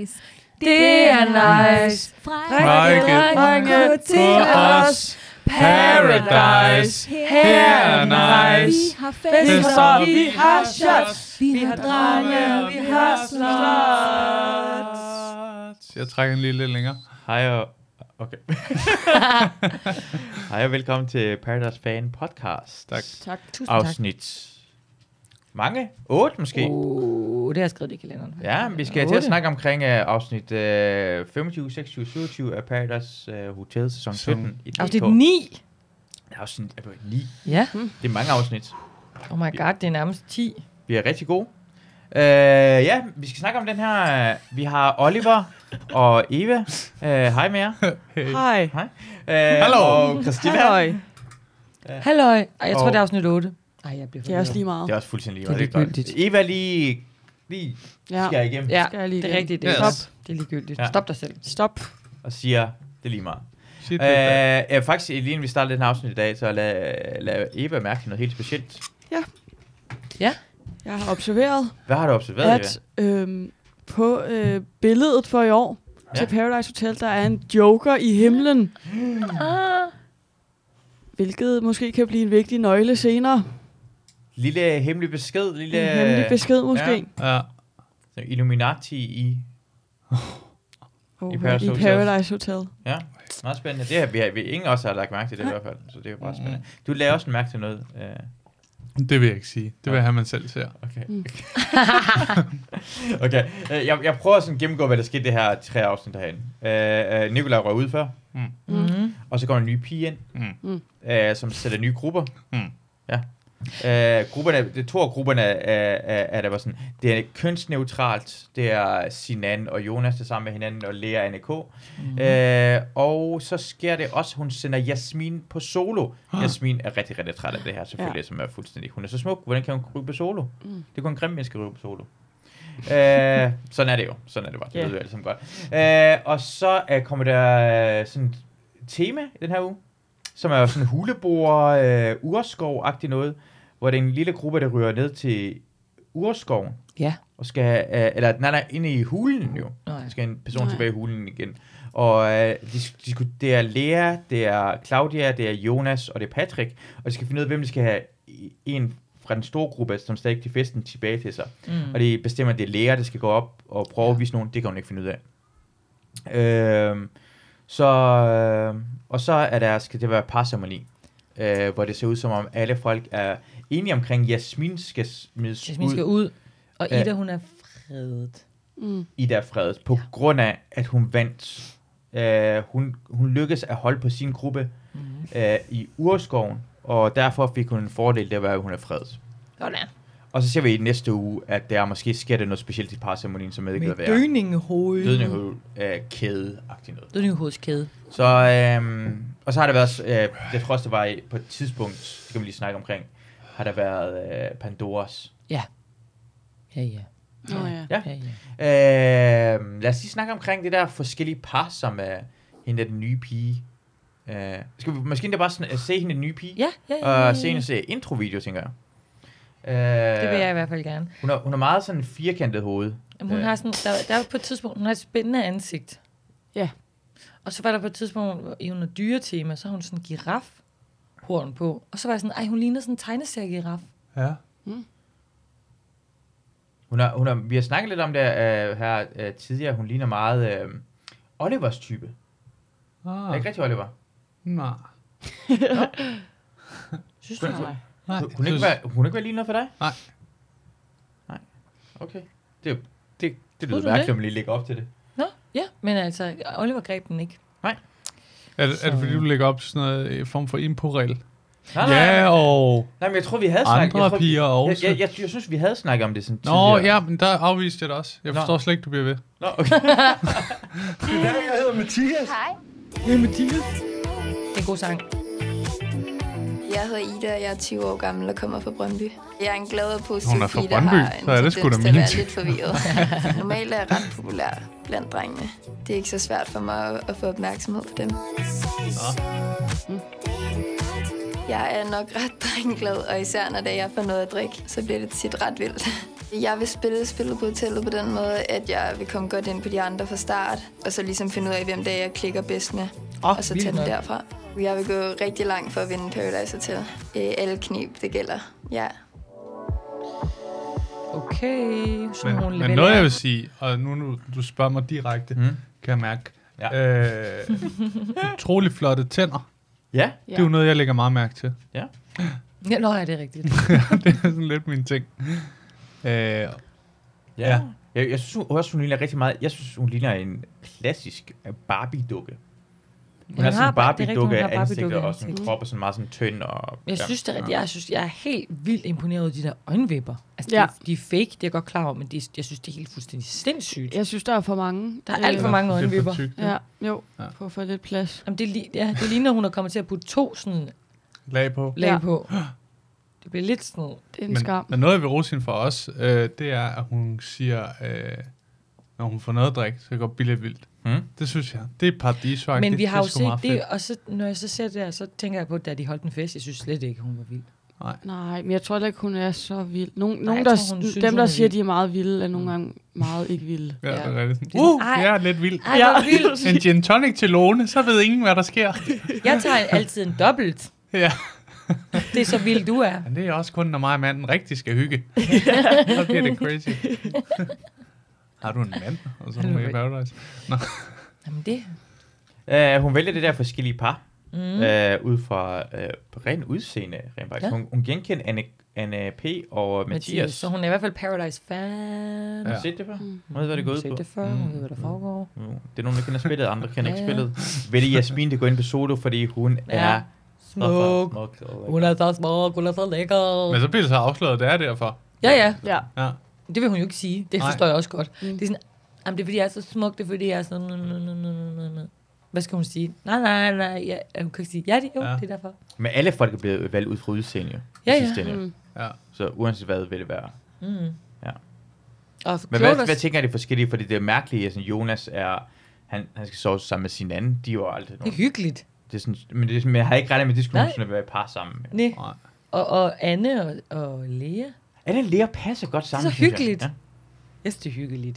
nice. Det er nice. Frække til os. Paradise. Her er nice. Vi har fester, vi har shots. Vi har drenge, vi har slots. Jeg trækker en lidt længere. Hej og... Okay. Hej og velkommen til Paradise Fan Podcast. Tak. Tusind Afsnit. Mange? 8 måske? Det har jeg skrevet i kalenderen. Ja, vi skal til at snakke omkring afsnit 25, 26, 27 af Paradise Hotel sæson 17. Afsnit 9? Afsnit 9? Ja. Det er mange afsnit. Oh my god, det er nærmest 10. Vi er rigtig gode. Ja, vi skal snakke om den her. Vi har Oliver og Eva. Hej med jer. Hej. Hallo. Og Christina. Hej. Halløj. Ej, jeg tror, det er afsnit 8. Ej, jeg bliver Det er også lige meget. Det er også fuldstændig lige Det er meget. ligegyldigt. Eva lige skal igennem Ja, Skal jeg lige det er igen? rigtigt. Yes. Stop. Det er ligegyldigt. Ja. Stop dig selv. Stop. og siger, det er lige meget. Shit, Faktisk, lige inden vi starter den her afsnit i dag, så lad Eva mærke til noget helt specielt. Ja. Jeg har observeret, Hvad har du observeret, Eva? at på billedet for i år til Paradise Hotel, der er en joker i himlen. Hvilket måske kan blive en vigtig nøgle senere. Lille hemmelig besked. En hemmelig besked måske. Ja. Illuminati i I Paradise Hotel. Paradise Hotel. Ja, meget spændende. Det har vi ingen også har lagt mærke til det i hvert fald, så det er jo bare spændende. Du lagde også mærke til noget. Det vil jeg ikke sige. Det vil jeg have, man selv ser. Okay. Okay. Jeg prøver sådan at gennemgå, hvad der skete det her 3 afsnit herinde. Nikolaj røg ud før, og så kommer en ny pige ind, som sætter nye grupper. Ja. Grupperne, det 2 af grupperne er der var sådan, det er kønsneutralt, det er Sinan og Jonas der sammen med hinanden, og Lea og NK. Og så sker det også, hun sender Jasmin på solo. Jasmin er rigtig, rigtig træt af det her, selvfølgelig, som er fuldstændig, hun er så smuk, hvordan kan hun ryge på solo? Det kunne en grim menneske ryge på solo. Sådan er det jo, sådan er det bare, det ved jeg alle sammen godt. Og så kommer der sådan et tema i den her uge, som er jo sådan huleboer, urskov-agtigt noget, hvor det er en lille gruppe, der ryger ned til urskoven. Ja. Og skal, ind i hulen jo. Nå ja. Skal en person tilbage i hulen igen. Og det er Lea, det er Claudia, det er Jonas, og det er Patrick. Og de skal finde ud af, hvem de skal have en fra den store gruppe, som stadig til festen tilbage til sig. Og de bestemmer, at det er Lea, der skal gå op og prøve at vise nogen. Det kan hun ikke finde ud af. Og så skal det være parceremoni, hvor det ser ud som om alle folk er enige omkring, Jasmin skal smides Jasmin skal ud, og Ida, hun er fredet. Ida er fredet, på grund af, at hun vandt. Hun lykkedes at holde på sin gruppe i urskoven, og derfor fik hun en fordel, det var, at hun er fredet. Sådan. Og så ser vi i næste uge, at der måske sker det noget specielt i parceremonien, som jeg ikke ved, hvad er. Dødningehoved. Dødningehoved kæde-agtigt noget. Dødningehovedskæde. Så, og så har der været, jeg tror også, det var på et tidspunkt, det kan vi lige snakke omkring, har der været Pandoras. Ja. Ja. Lad os lige snakke omkring det der forskellige par, som er hende af den nye pige. Skal vi måske bare se hende den nye pige? Ja. Og se hendes intro-video, tænker jeg. Det vil jeg i hvert fald gerne. Hun har meget sådan en firkantet hoved. Jamen, hun har sådan, der er på et tidspunkt, hun har et spændende ansigt. Ja. Og så var der på et tidspunkt, i under dyretema, så har hun sådan en girafhorn på. Og så var jeg sådan, hun ligner sådan en tegneserie-giraf. Ja. Vi har snakket lidt om det her tidligere. Hun ligner meget Olivers type. Er ikke rigtig Oliver? Nej. Synes du? Nej. Hun ikke være lige noget for dig? Nej. Okay. Det lyder du mærkeligt, det? at man lige lægger op til det. Nå, ja, men altså, Oliver greb den ikke. Er det fordi, du lægger op sådan noget form for impo-regel? Nej. Ja, og Nej, men jeg tror, vi havde snakket. andre piger også. Jeg synes, vi havde snakket om det sådan tidligere. Nå, ja, men der afviste jeg det også. Jeg forstår slet ikke, du bliver ved. Nå, okay. Jeg hedder Mathias. Hej, Det er en god sang. jeg hedder Ida, og jeg er 20 år gammel og kommer fra Brøndby. Jeg er en glad og positiv Hun er fra pige, der Brøndby, har en så er det sgu da tendens til at min være tid. lidt forvirret. Normalt er jeg ret populær blandt drengene. Det er ikke så svært for mig at få opmærksomhed på dem. Jeg er nok ret drengglad, og især når jeg får noget at drikke, så bliver det tit ret vildt. Jeg vil spille spillet på hotellet på den måde, at jeg vil komme godt ind på de andre fra start, og så ligesom finde ud af, hvem det er, jeg klikker bedst med, og så tage den derfra. Jeg vil gå rigtig langt for at vinde Paradise Hotel. Alle knib, det gælder. Ja. Okay. Så Men noget jeg vil sige, og nu du spørger mig direkte, kan jeg mærke. Ja. Utrolig flotte tænder. Ja. Det er jo noget, jeg lægger meget mærke til. Ja. Ja, nå, er det rigtigt. Det er sådan lidt min ting. Ja. Jeg synes også, hun ligner rigtig meget. Jeg synes, hun ligner en klassisk Barbie-dukke. Hun har sådan en Barbie-dukke af ansigtet, og sådan en krop og sådan meget sådan tynd. Og, jeg synes det er rigtigt. Jeg er helt vildt imponeret over de der øjenvipper. Altså, de er fake, det er jeg godt klar over, men jeg synes, det er helt fuldstændig sindssygt. Jeg synes, der er for mange. Der er alt for mange øjenvipper. Ja, jo, for at få lidt plads. Jamen, det ligner, hun er kommet til at putte 2 sådan lag på. Det bliver lidt sådan... Det er en skam. Men noget, jeg vil rose hende for os, det er, at hun siger, når hun får noget at drikke, så går billigt vildt. Det synes jeg. Det er paradisvagt. Men vi har jo set det, og så, når jeg så ser det her, så tænker jeg på, da de holdt en fest, jeg synes slet ikke, hun var vild. Nej, men jeg tror ikke, hun er så vild. Dem, der siger, de er meget vilde, er nogle gange meget ikke vilde. Ja, det er rigtigt. Jeg er lidt vild. En gin tonic til Lone, så ved ingen, hvad der sker. Jeg tager altid en dobbelt. Ja. Det er så vildt, du er. Men det er også kun, når mig og manden rigtig skal hygge. Så bliver det crazy. Har du en mand? Og så er hun med i Paradise. Nå. Jamen det... Hun vælger det der forskellige par. Ud fra ren udseende. Hun genkendte Anne P. og Mathias. Så hun er i hvert fald Paradise-fan. Har du set det før? Hun ved, hvad det går ud på. Set det før, hun ved, hvad der foregår. Det er nogen, der kender spillet, andre kender ikke spillet. Vælger Jasmin, det går ind på solo, fordi hun er... Smuk. Hun er så smuk, hun er så lækker. Men så bliver det så afsløret, det er derfor. Ja. Ja. Det vil hun jo ikke sige. Det forstår jeg også godt. Det er sådan, jamen det er fordi, jeg er så smuk, det er fordi, jeg er sådan... Hvad skal hun sige? Nej. Ja, hun kan ikke sige, det er derfor. Men alle folk er blevet valgt ud fra udseende, jo. Ja. Så uanset hvad vil det være. Ja. Men hvad tænker jeg det forskellige? Fordi det er mærkeligt, at Jonas er... Han skal sove sammen med sin anden. De er jo aldrig nogen. Det er hyggeligt. Det er sådan, men jeg har ikke regnet med, at de skulle være et par sammen. Nej. Og Anne og Lea. Anne og Lea passer godt sammen. Det er så hyggeligt. Jeg synes, det er hyggeligt.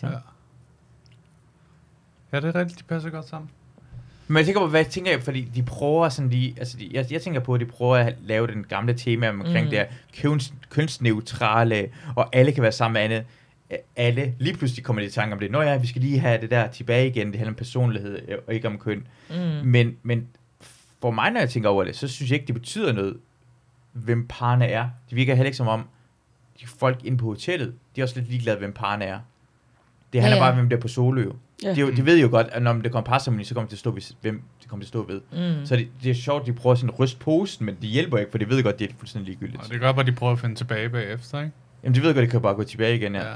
Ja, det er rigtigt. De passer godt sammen. Men jeg tænker på, hvad jeg tænker, fordi de prøver sådan lige... Altså, jeg tænker på, at de prøver at lave den gamle tema omkring det her kønsneutrale, og alle kan være sammen med Anne. Alle, lige pludselig kommer de i tanke om det. Nå ja, vi skal lige have det der tilbage igen. Det handler om personlighed, og ikke om køn. Men for mig, når jeg tænker over det, så synes jeg ikke, det betyder noget, hvem parerne er. Det virker heller ikke som om, de folk inde på hotellet, de er også lidt ligeglade, hvem parerne er. Det handler bare om, hvem der er på solo. Ja. De ved jo godt, at når det kommer parceremoni, så kommer det til at stå ved, hvem det kommer til at stå ved. Så det er sjovt, de prøver sådan at ryste posen, men det hjælper ikke, for de ved godt, det er fuldstændig ligegyldigt. Og det gør bare, at de prøver at finde tilbage bagefter, ikke? Jamen, de ved godt, at de kan bare gå tilbage igen, Ja,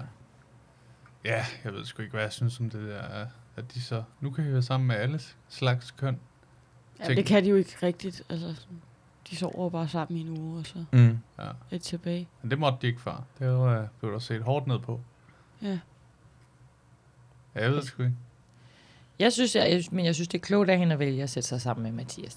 jeg ved sgu ikke, hvad jeg synes om det der, at de så... Nu kan vi være sammen med alle slags køn. Ja, det kan de jo ikke rigtigt. Altså, de sover bare sammen i en uge, og så er tilbage. Men det måtte de ikke før. Det blev der set hårdt ned på. Ja. Ja, jeg ved det sgu ikke. Jeg synes, det er klogt af hende at vælge at sætte sig sammen med Mathias.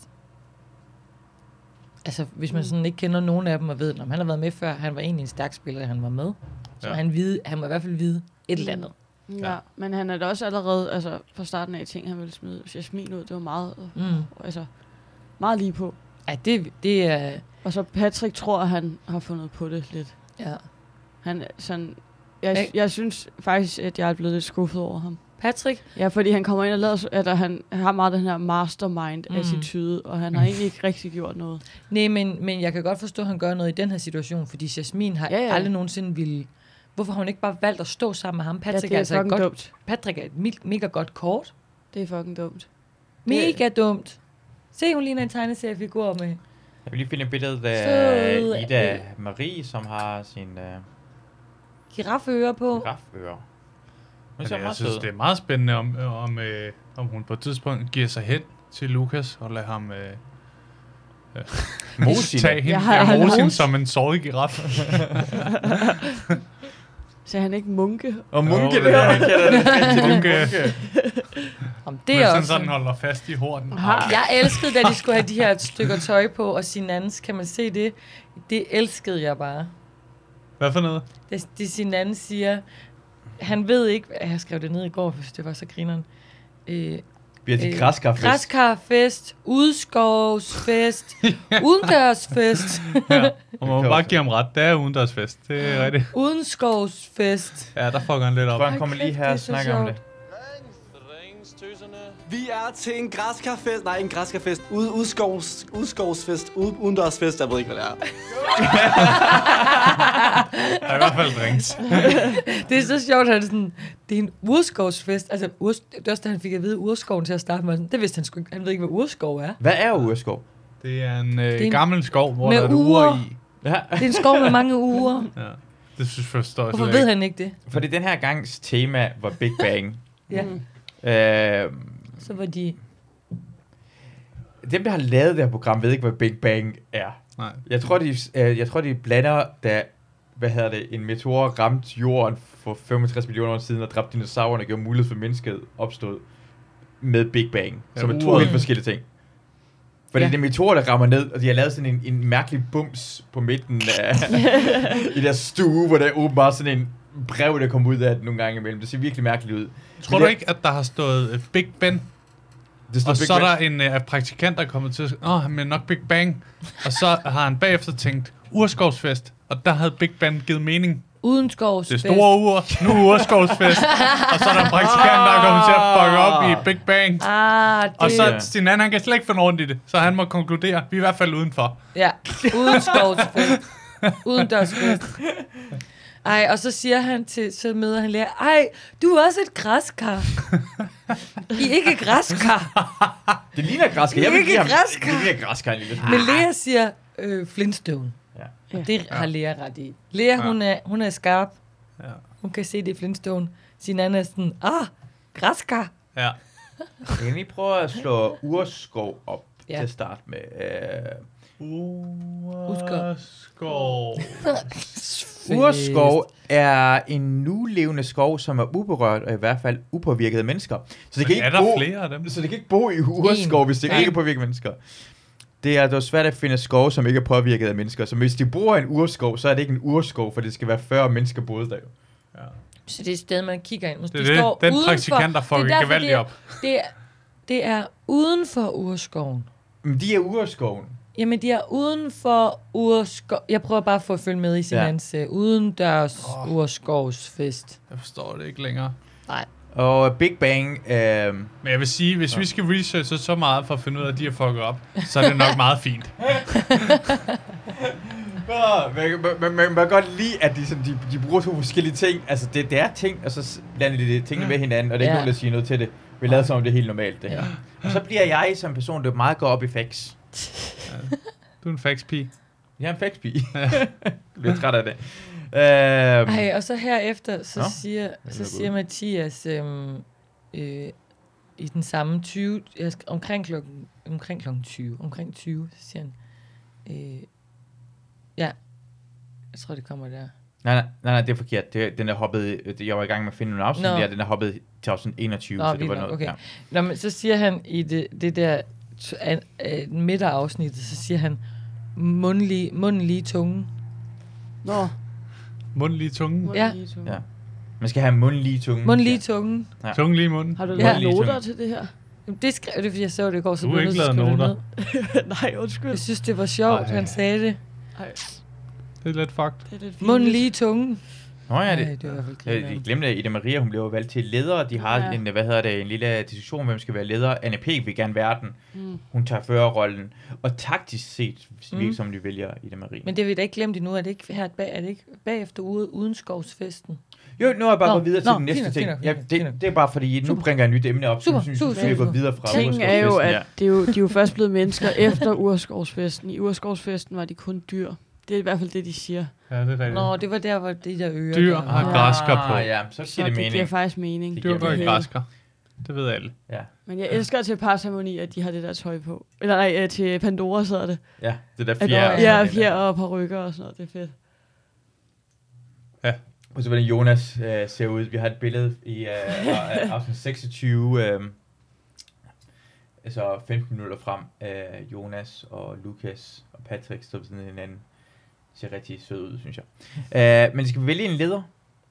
Altså, hvis man sådan ikke kender nogen af dem og ved, om han har været med før, han var egentlig en stærk spiller, da han var med. Så han må i hvert fald vide et eller andet. Ja, men han er da også allerede, altså fra starten af ting, han ville smide Jasmin ud. Det var meget, altså meget lige på. Ja, det er... Og så Patrick tror, at han har fundet på det lidt. Ja. Han sådan... Jeg synes faktisk, at jeg er blevet lidt skuffet over ham. Patrick? Ja, fordi han kommer ind og lader, at han har meget den her mastermind-attitude, og han har egentlig ikke rigtig gjort noget. Nej, men jeg kan godt forstå, at han gør noget i den her situation, fordi Jasmin har aldrig nogensinde ville... Hvorfor har hun ikke bare valgt at stå sammen med ham? Patrick det er altså fucking dumt. Patrick er et mega godt kort. Det er fucking dumt. Mega dumt. Se, hun ligner en tegneseriefigur med... Jeg vil lige finde et billede af Ida Marie, som har sin... Giraffører på. Giraffører. Jeg synes, det er meget spændende, om hun på et tidspunkt giver sig hen til Lukas og lader ham tage hende som en såret giraf. Så han ikke munke? Og munke, det der, han kalder det. Munke. Det er også sådan holder fast i hornen. Jeg elskede, da de skulle have de her stykker tøj på, og sin andens, kan man se det? Det elskede jeg bare. Hvad for noget? Det sin anden siger, han ved ikke, jeg skrev det ned i går, hvis det var så grineren. Vi er til græskarfest. Græskarfest, udskovsfest, udendørsfest. Ja, og man må bare give ham ret. Det er udendørsfest. Det er rigtigt. Udenskovsfest. Ja, der fucker han lidt op. Han kommer lige her og snakker om det. Vi er til en græskarfest. Nej, en græskarfest. Udskovsfest. Udendørsfest. Jeg ved ikke, hvad det er. Der er i hvert fald drinks. Det er så sjovt, at det er en urskovsfest. Altså, det er også da han fik at vide urskoven til at starte med. Det vidste han sgu ikke. Han ved ikke, hvad urskov er. Hvad er urskov? Det er en gammel skov, hvor der er uger i. Ja. Det er en skov med mange uger. Ja, det synes jeg forstår jeg Hvorfor ved han ikke det? Fordi den her gangs tema var Big Bang. Ja. Så var de... Dem, der har lavet det her program, ved ikke, hvad Big Bang er. Nej. Jeg tror, de blander, da en meteor ramte jorden for 65 millioner år siden og dræbte dinosaurerne og gjorde mulighed for mennesket opstod med Big Bang. Som er to helt forskellige ting. Fordi det er meteorer, der rammer ned, og de har lavet sådan en mærkelig bums på midten af i deres stue, hvor der er åbenbart sådan en brev, der kommer ud af det nogle gange imellem. Det ser virkelig mærkeligt ud. Tror du ikke, at der har stået Big Ben? Og så er der en praktikant, der er kommet til at sige, han mener nok Big Bang. Og så har han bagefter tænkt, urskovsfest. Og der havde Big Bang givet mening. Udenskovsfest. Det store ur, nu urskovsfest. Og så er der en praktikant, der er kommet til at fuck op i Big Bang. Og så Stinan, han kan slet ikke finde rundt i det. Så han må konkludere, vi er i hvert fald udenfor. Ja, udenskovsfest. Udendørsfest. Ej, og så siger han så møder han lærer, ej, du er også et græskar. I er ikke græskar. Det ligner græskar. Det ligner græskar. Men Lea siger Flintstone. Ja. Og det har Lea ret i. Lea, hun er skarp. Ja. Hun kan se det i Flintstone. Sin anden er sådan, græskar. Ja. Jeg kan lige prøve at slå urskov op til at starte med. Urskov. Urskov er en nulevende skov, som er uberørt og i hvert fald upåvirket af mennesker. Så det kan ikke flere af dem? Så det kan ikke bo i urskov, hvis det ikke er påvirket af mennesker. Det er svært at finde skov, som ikke er påvirket af mennesker. Så hvis de bruger en urskov, så er det ikke en urskov, for det skal være 40 mennesker boede der jo. Ja. Så det er et sted, man kigger ind. Det er det. Den praktikant, der får gevaldigt op. Det er uden for urskoven. Men de er urskoven. Jamen, de er uden for urskov. Jeg prøver bare at få at følge med i sin hans udendørs urskovsfest. Jeg forstår det ikke længere. Nej. Og Big Bang... Men jeg vil sige, hvis vi skal researche så meget for at finde ud af, at de har fucket op, så er det nok meget fint. Man kan godt lide, at de bruger to forskellige ting. Altså, det er ting, og så blander de tingene med hinanden, og det er ikke nogen, der siger noget til det. Vi lader som om det er helt normalt, det her. Og så bliver jeg som person, der meget går op i facts. Ja. Du er en facts-pige. Jeg er en facts-pige. Du bliver træt af det. Og så herefter, så siger Mathias i den samme 20, omkring klokken 20, så siger han, jeg tror, det kommer der. Nej, det er forkert. Den er hoppet, jeg var i gang med at finde nogle afsnit der, den er hoppet til afsnit 21, så det var noget. Okay. Nå, men så siger han i det der midterafsnittet, så siger han, munden lige tungen. Nå. Munden lige tungen? Ja. Man skal have munden lige tungen. Munden lige tungen. Ja. Tungen lige i munden. Har du lavet noter til det her? Det skrev det, fordi jeg så det i går, så du har ikke lavet noter? Nej, undskyld. Jeg synes, det var sjovt, han sagde det. Det er lidt fucked. Munden lige tungen. Nå ja, de glemte, at Ida Maria, hun blev valgt til leder. De har en lille diskussion, hvem skal være leder. Anne P. vil gerne være den. Hun tager førerrollen. Og taktisk set virker som de vælger Ida Maria. Men det vil da ikke glemt endnu. Er det ikke bagefter udenskovsfesten? Jo, nu er jeg bare gået videre til den næste ting. Det er bare fordi, nu bringer jeg et nyt emne op. Super. Vi går videre fra Ting er jo, at de er jo først blevet mennesker efter urskovsfesten. I urskovsfesten var de kun dyr. Det er i hvert fald det, de siger. Ja, det er rigtigt. Nå, det var der, hvor de der ører... Dyr har græsker på. Ja, så giver det mening. Det giver faktisk mening. Dyr går i græsker. Det ved alle. Ja. Men jeg elsker til parceremoni, at de har det der tøj på. Eller nej, til Pandora så er det. Ja, det der fjer. Ja, fjer og parykker og sådan noget. Det er fedt. Ja. Og så hvordan Jonas ser ud. Vi har et billede i afsnit 26... altså 15 minutter frem, Jonas og Lukas og Patrick står ved sådan hinanden. ser rigtig sød ud, synes jeg. Men de skal vælge en leder.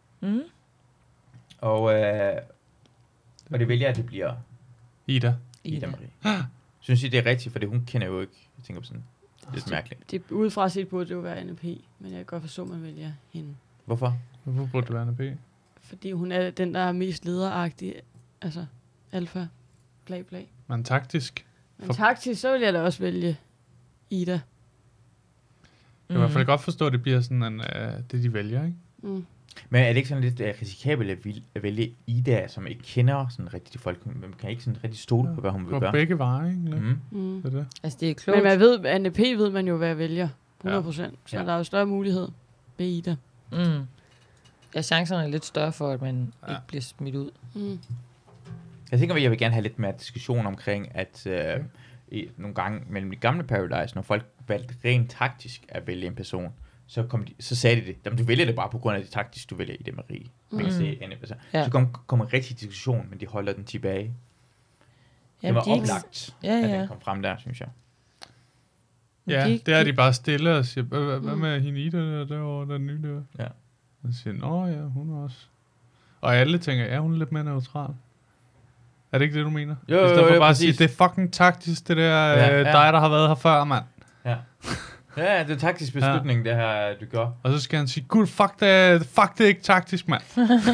Og det vælger, at det bliver Ida Marie. Synes I, det er rigtigt? Fordi hun kender jo ikke. Jeg tænker på sådan lidt mærkeligt. Det udefra set burde det jo være NP, men jeg kan godt forstå, at man vælger hende. Hvorfor? Hvorfor burde det være NP? Fordi hun er den, der er mest lederagtig. Altså, alfa. Bla. Men taktisk. Men taktisk, så vil jeg da også vælge Ida. Jeg kan i hvert fald godt forstå, at det bliver sådan det, de vælger, ikke? Mm. Men er det ikke sådan lidt risikabelt at vælge Ida, som ikke kender sådan rigtig de folk? Man kan ikke sådan rigtig stole på, hvad hun vil gøre. Begge veje, ikke? Mm. Det. Altså, det er klogt. Men man ved, NP ved man jo, hvad jeg vælger. 100%. Så der er jo større mulighed ved Ida. Ja, chancerne er lidt større for, at man ikke bliver smidt ud. Jeg tænker, at jeg vil gerne have lidt mere diskussion omkring, at nogle gange mellem de gamle Paradise, når folk valgte rent taktisk at vælge en person, så sagde de det. Jamen, du vælger det bare på grund af det taktisk, du vælger Ida Marie. Så kommer rigtig diskussion, men de holder den tilbage. Det var oplagt, at den kom frem der, synes jeg. Ja, det er de bare stille og siger, hvad med hende Ida derovre, den nye der? Ja. Og siger, ja, hun er også. Og alle tænker, hun er lidt mere neutral. Er det ikke det, du mener? Jo, i stedet for bare at sige, det er fucking taktisk, det der dig, der har været her før, mand. Ja. Ja, det er taktisk beslutning, det her, du gør. Og så skal han sige, gud, fuck det er ikke taktisk, mand.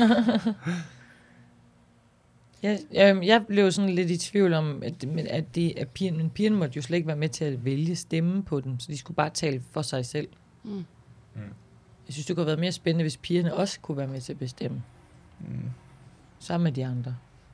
Jeg blev sådan lidt i tvivl om, at pigerne måtte jo slet ikke være med til at vælge stemme på dem, så de skulle bare tale for sig selv. Jeg synes, det kunne have været mere spændende, hvis pigerne også kunne være med til at bestemme. Sammen med de andre.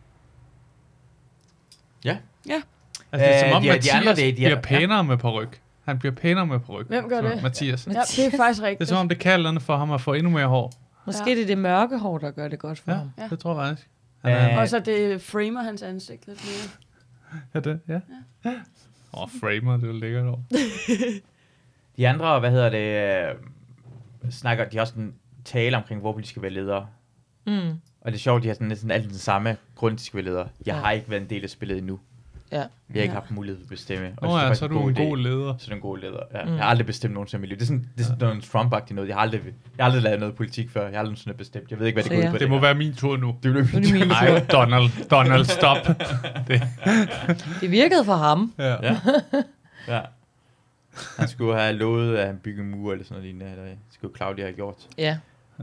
Ja. Altså, det er som om, Mathias bliver pænere med paryk. Han bliver pænere med paryk. Hvem gør det? Mathias. Ja, det er faktisk rigtigt. Det er som om, det kalder for ham at få endnu mere hår. Måske det er det mørke hår, der gør det godt for ham. Det tror jeg faktisk. Og så det framer hans ansigt lidt mere. Ja, det, ja. Framer, det er jo lækkert over. De andre, snakker, de har også en tale omkring, hvor de skal være ledere. Og det er sjovt, de har sådan næsten altid den samme grund, de skal være ledere. Jeg har ikke været en del af spillet endnu. Ja. Jeg har ikke haft mulighed for at bestemme. Og så er du en god leder. Så er du en god leder. Ja. Jeg har aldrig bestemt nogen i mit liv. Det er sådan noget Trump-agtigt noget. Jeg har aldrig lavet noget politik før. Jeg har aldrig sådan bestemt. Jeg ved ikke, hvad det går ud på. Det må være min tur nu. Det bliver min tur. Nej, Donald, stop. Det virkede for ham. Ja. Han skulle have lovet, at han bygge en mur eller sådan noget lignende. Det skulle Claudia have gjort. Ja.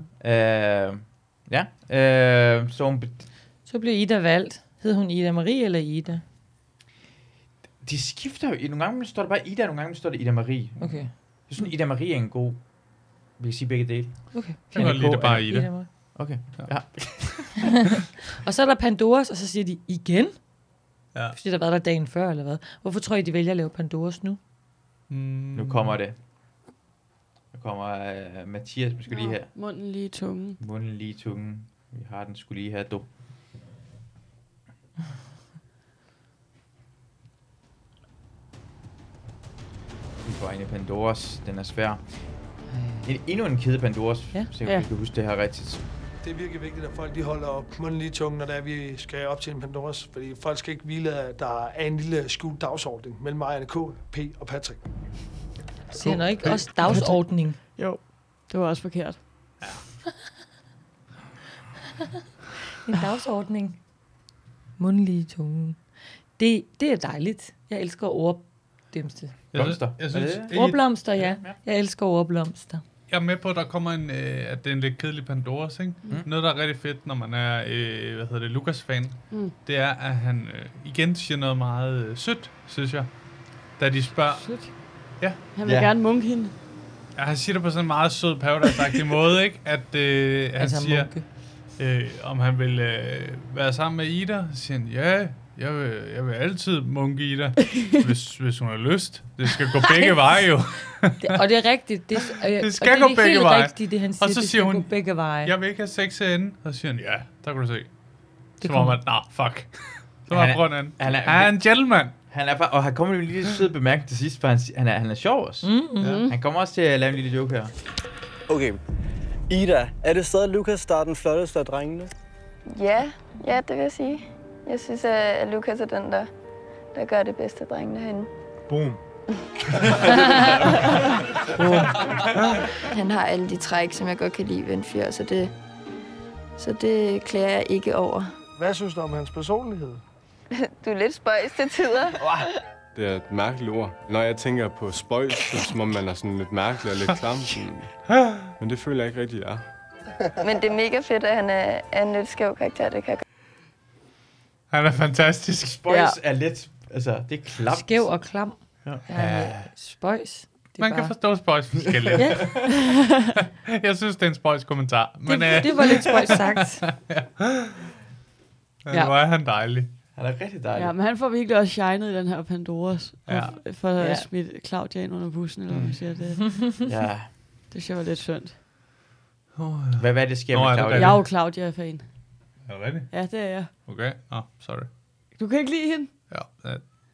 Så blev Ida valgt. Hed hun Ida Marie eller Ida? De skifter jo. Nogle gange står der bare Ida, nogle gange står der Ida Marie. Okay. Jeg synes, Ida Marie er en god... Vi kan sige begge dele. Okay. Jeg kan lide det bare Ida. Okay, ja. Og så er der Pandoras, og så siger de igen? Ja. Fordi der har været der dagen før, eller hvad? Hvorfor tror I, de vælger at lave Pandoras nu? Nu kommer det. Nu kommer Mathias, vi skal lige have. Munden lige i tungen. Munden lige i tungen. Vi har den skulle lige have, du. Vi får ind i Pandoras. Den er svær. Endnu en kæde Pandoras, så jeg kan huske det her rigtigt. Det er virkelig vigtigt, at folk de holder munden lige i tungen, når vi skal op til en Pandoras. Fordi folk skal ikke hvile, at der er en lille skjult dagsordning mellem mig, K, P og Patrick. Siger han ikke også dagsordning? Jo, det var også forkert. Ja. En dagsordning. Munden lige i tungen. Det er dejligt. Jeg elsker ordblomster. Ordblomster, ja. Jeg elsker ordblomster. Jeg er med på, at der kommer at det er en lidt kedelig Pandoras, ikke? Noget, der er rigtig fedt, når man er, Lucas-fan, det er, at han igen siger noget meget sødt, synes jeg. Da de spørger... Sødt? Ja. Han vil gerne munke hende. Ja, han siger det på sådan en meget sød Paradise-agtig måde, ikke? At han altså siger, om han vil være sammen med Ida, så siger han, ja... Jeg vil altid munke Ida, hvis hun har lyst. Det skal gå begge veje jo. Og det er rigtigt. Det skal gå begge veje. Rigtigt, det han siger, og så siger hun, begge veje. Jeg vil ikke have sex herinde. Og så siger han, ja, der kan du se. Så var man, fuck. Så var han anden. Han er en gentleman. Og han kommer jo en lille sød bemærkning til sidst, for han er sjov også. Han kommer også til at lave en lille joke her. Okay. Ida, er det stadig Lucas, der er den flotteste af drengene? Ja, det vil jeg sige. Jeg synes, at Lucas er den, der gør det bedste af drengene herinde. Boom. Han har alle de træk, som jeg godt kan lide ved en fyr, så det klager jeg ikke over. Hvad synes du om hans personlighed? Du er lidt spøjs til tider. Det er et mærkeligt ord. Når jeg tænker på spøjs, så er det som om man er sådan lidt mærkelig og lidt klam. Men det føler jeg ikke rigtig, jeg er. Men det er mega fedt, at han er en lidt skæv karakter. Det kan Han er fantastisk. Spøjs er lidt... Altså, det er klamt. Skæv og klam. Ja. Spøjs. Man kan forstå spøjs forskelligt. Ja. Jeg synes, det er en spøjs kommentar. Men, det var lidt spøjs sagt. Men hvor er han dejlig. Han er rigtig dejlig. Ja, men han får virkelig også shined i den her Pandoras. Ja. For at have smidt Claudia ind under bussen, eller hvad man siger. Det, Ja. det synes jeg var lidt synd. Hvad er det, sker med Claudia? Jeg er jo Claudia-fan. Er det rigtigt? Ja, det er jeg. Okay. Sorry. Du kan ikke lide hende? Ja.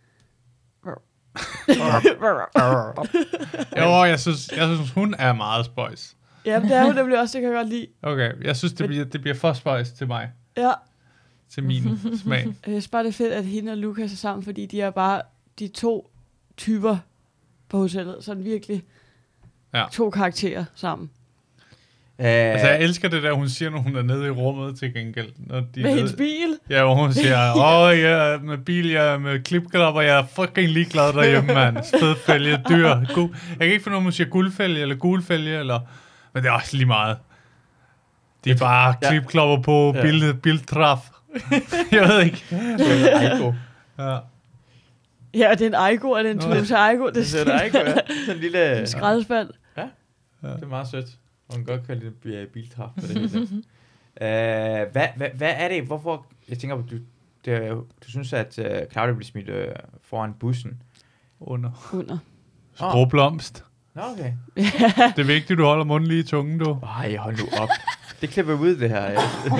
Jo, jeg synes, hun er meget spøjs. Ja, det er hun nemlig også, det kan jeg godt lide. Okay, jeg synes, det bliver for spøjs til mig. Ja. Til min smag. Jeg synes bare, det er fedt, at hende og Lukas er sammen, fordi de er bare de to typer på hotellet. Sådan virkelig to karakterer sammen. Altså, jeg elsker det der, hun siger, når hun er nede i rummet til gengæld. Når de med hendes bil? Ja, hvor hun siger, jeg er med bil, jeg er med klipklapper, jeg er fucking ligeglad derhjemme, mand. Fedfælge, dyr. Jeg kan ikke finde, om hun siger guldfælge eller gulfælge, eller... Men det er også lige meget. De er bare klipklapper på biltraf. Jeg ved ikke. Det er Aiko. Ja. Ja, det er en Aiko, og det er en Toulouse Aiko. Det er en Aiko, ja. Sådan en lille... En skraldespand. Ja, det er meget sødt. Og hun godt kan lide biltraf på det hele. Hvad er det? Hvorfor... Jeg tænker på, du synes, at Claudia bliver smidt foran bussen. Under. Skråblomst. Nå, okay. Det er vigtigt, du holder munden lige i tungen, du. Ej, hold nu op. Det klipper ud, det her.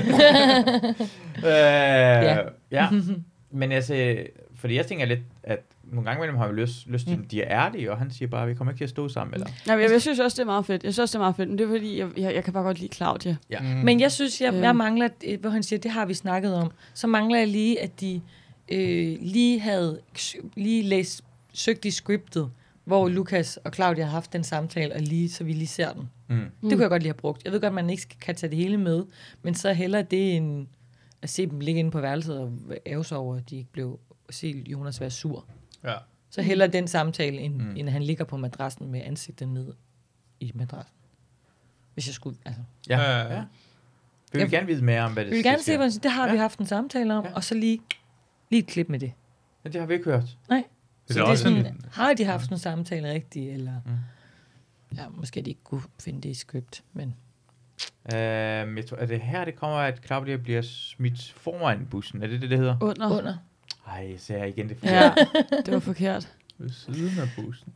Ja. Men altså, fordi jeg tænker lidt, at nogle gange imellem har vi lyst til, at de er ærlige, og han siger bare, at vi kommer ikke til at stå sammen. Eller? Nej, jeg synes også, det er meget fedt. Men det er fordi, jeg kan bare godt lide Claudia. Ja. Men jeg synes, jeg mangler, hvor han siger, det har vi snakket om, så mangler jeg lige, at de lige havde søgt i scriptet, hvor Lukas og Claudia har haft den samtale, og så vi lige ser den. Det kunne jeg godt lige have brugt. Jeg ved godt, at man ikke kan tage det hele med, men så hellere det end at se dem ligge inde på værelset og æve sig over, at de ikke blev se Jonas være sur. Ja. Så hellere den samtale, end han ligger på madrassen med ansigtet ned i madrassen. Hvis jeg skulle, altså. Ja. Vi vil gerne vide mere om, hvad det skal. Vi vil gerne se, det har vi haft en samtale om, og så lige et klip med det. Ja, det har vi ikke hørt. Nej. Så det er sådan, har de haft en samtale rigtigt, eller... Ja, måske de ikke kunne finde det i script, men... Jeg tror, er det her, det kommer, at Claudia bliver smidt foran bussen? Er det det hedder? Under. Ej, så er jeg igen det forkert. Ja, det var forkert. Ved siden af bussen.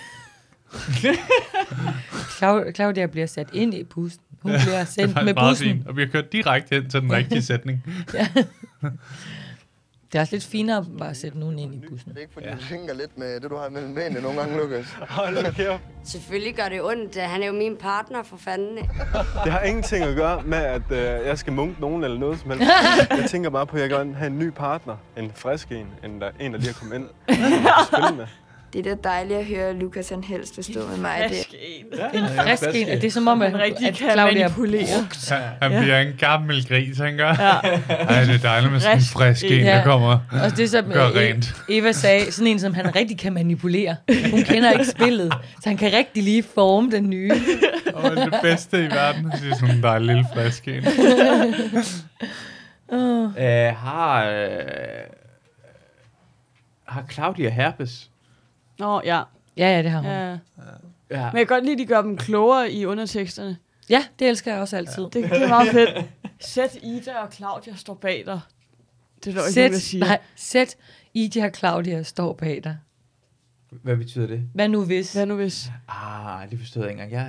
Claudia bliver sat ind i bussen. Hun bliver sendt med bussen. Fint. Og vi har kørt direkte hen til den rigtige sætning. Ja. Det er også lidt finere bare at sætte nogen ind i bussen. Det er ikke fordi, du tænker lidt med det, du har mellem benene nogle gange, Lukas. Hold da kæft. Selvfølgelig gør det ondt. Han er jo min partner, for fanden. Det har ingenting at gøre med, at jeg skal munke nogen eller noget som helst. Jeg tænker bare på, at jeg gerne have en ny partner. En frisk en, en der lige har kommet ind. Spille med. Det er da dejligt at høre, at Lukas han helst vil stå med mig. En frisk en. En frisk en. Det er som om, at Claudia er brugt. Han bliver en gammel gris, han gør. Ja. Ej, det er dejligt med sådan en frisk en, der kommer og det, som gør rent. Eva sagde, sådan en, som han rigtig kan manipulere. Hun kender ikke spillet, så han kan rigtig lige forme den nye. Og det bedste i verden, det er sådan en dejlig lille frisk en. Har Claudia herpes? Nå, ja. Ja, det har hun. Ja. Men jeg kan godt lide, at de gør dem klogere i underteksterne. Ja, det elsker jeg også altid. Det er meget fedt. Sæt Ida og Claudia står bag dig. Det er ikke noget, jeg siger. Nej, sæt Ida og Claudia står bag dig. Hvad betyder det? Hvad nu hvis? Det forstod jeg ikke engang.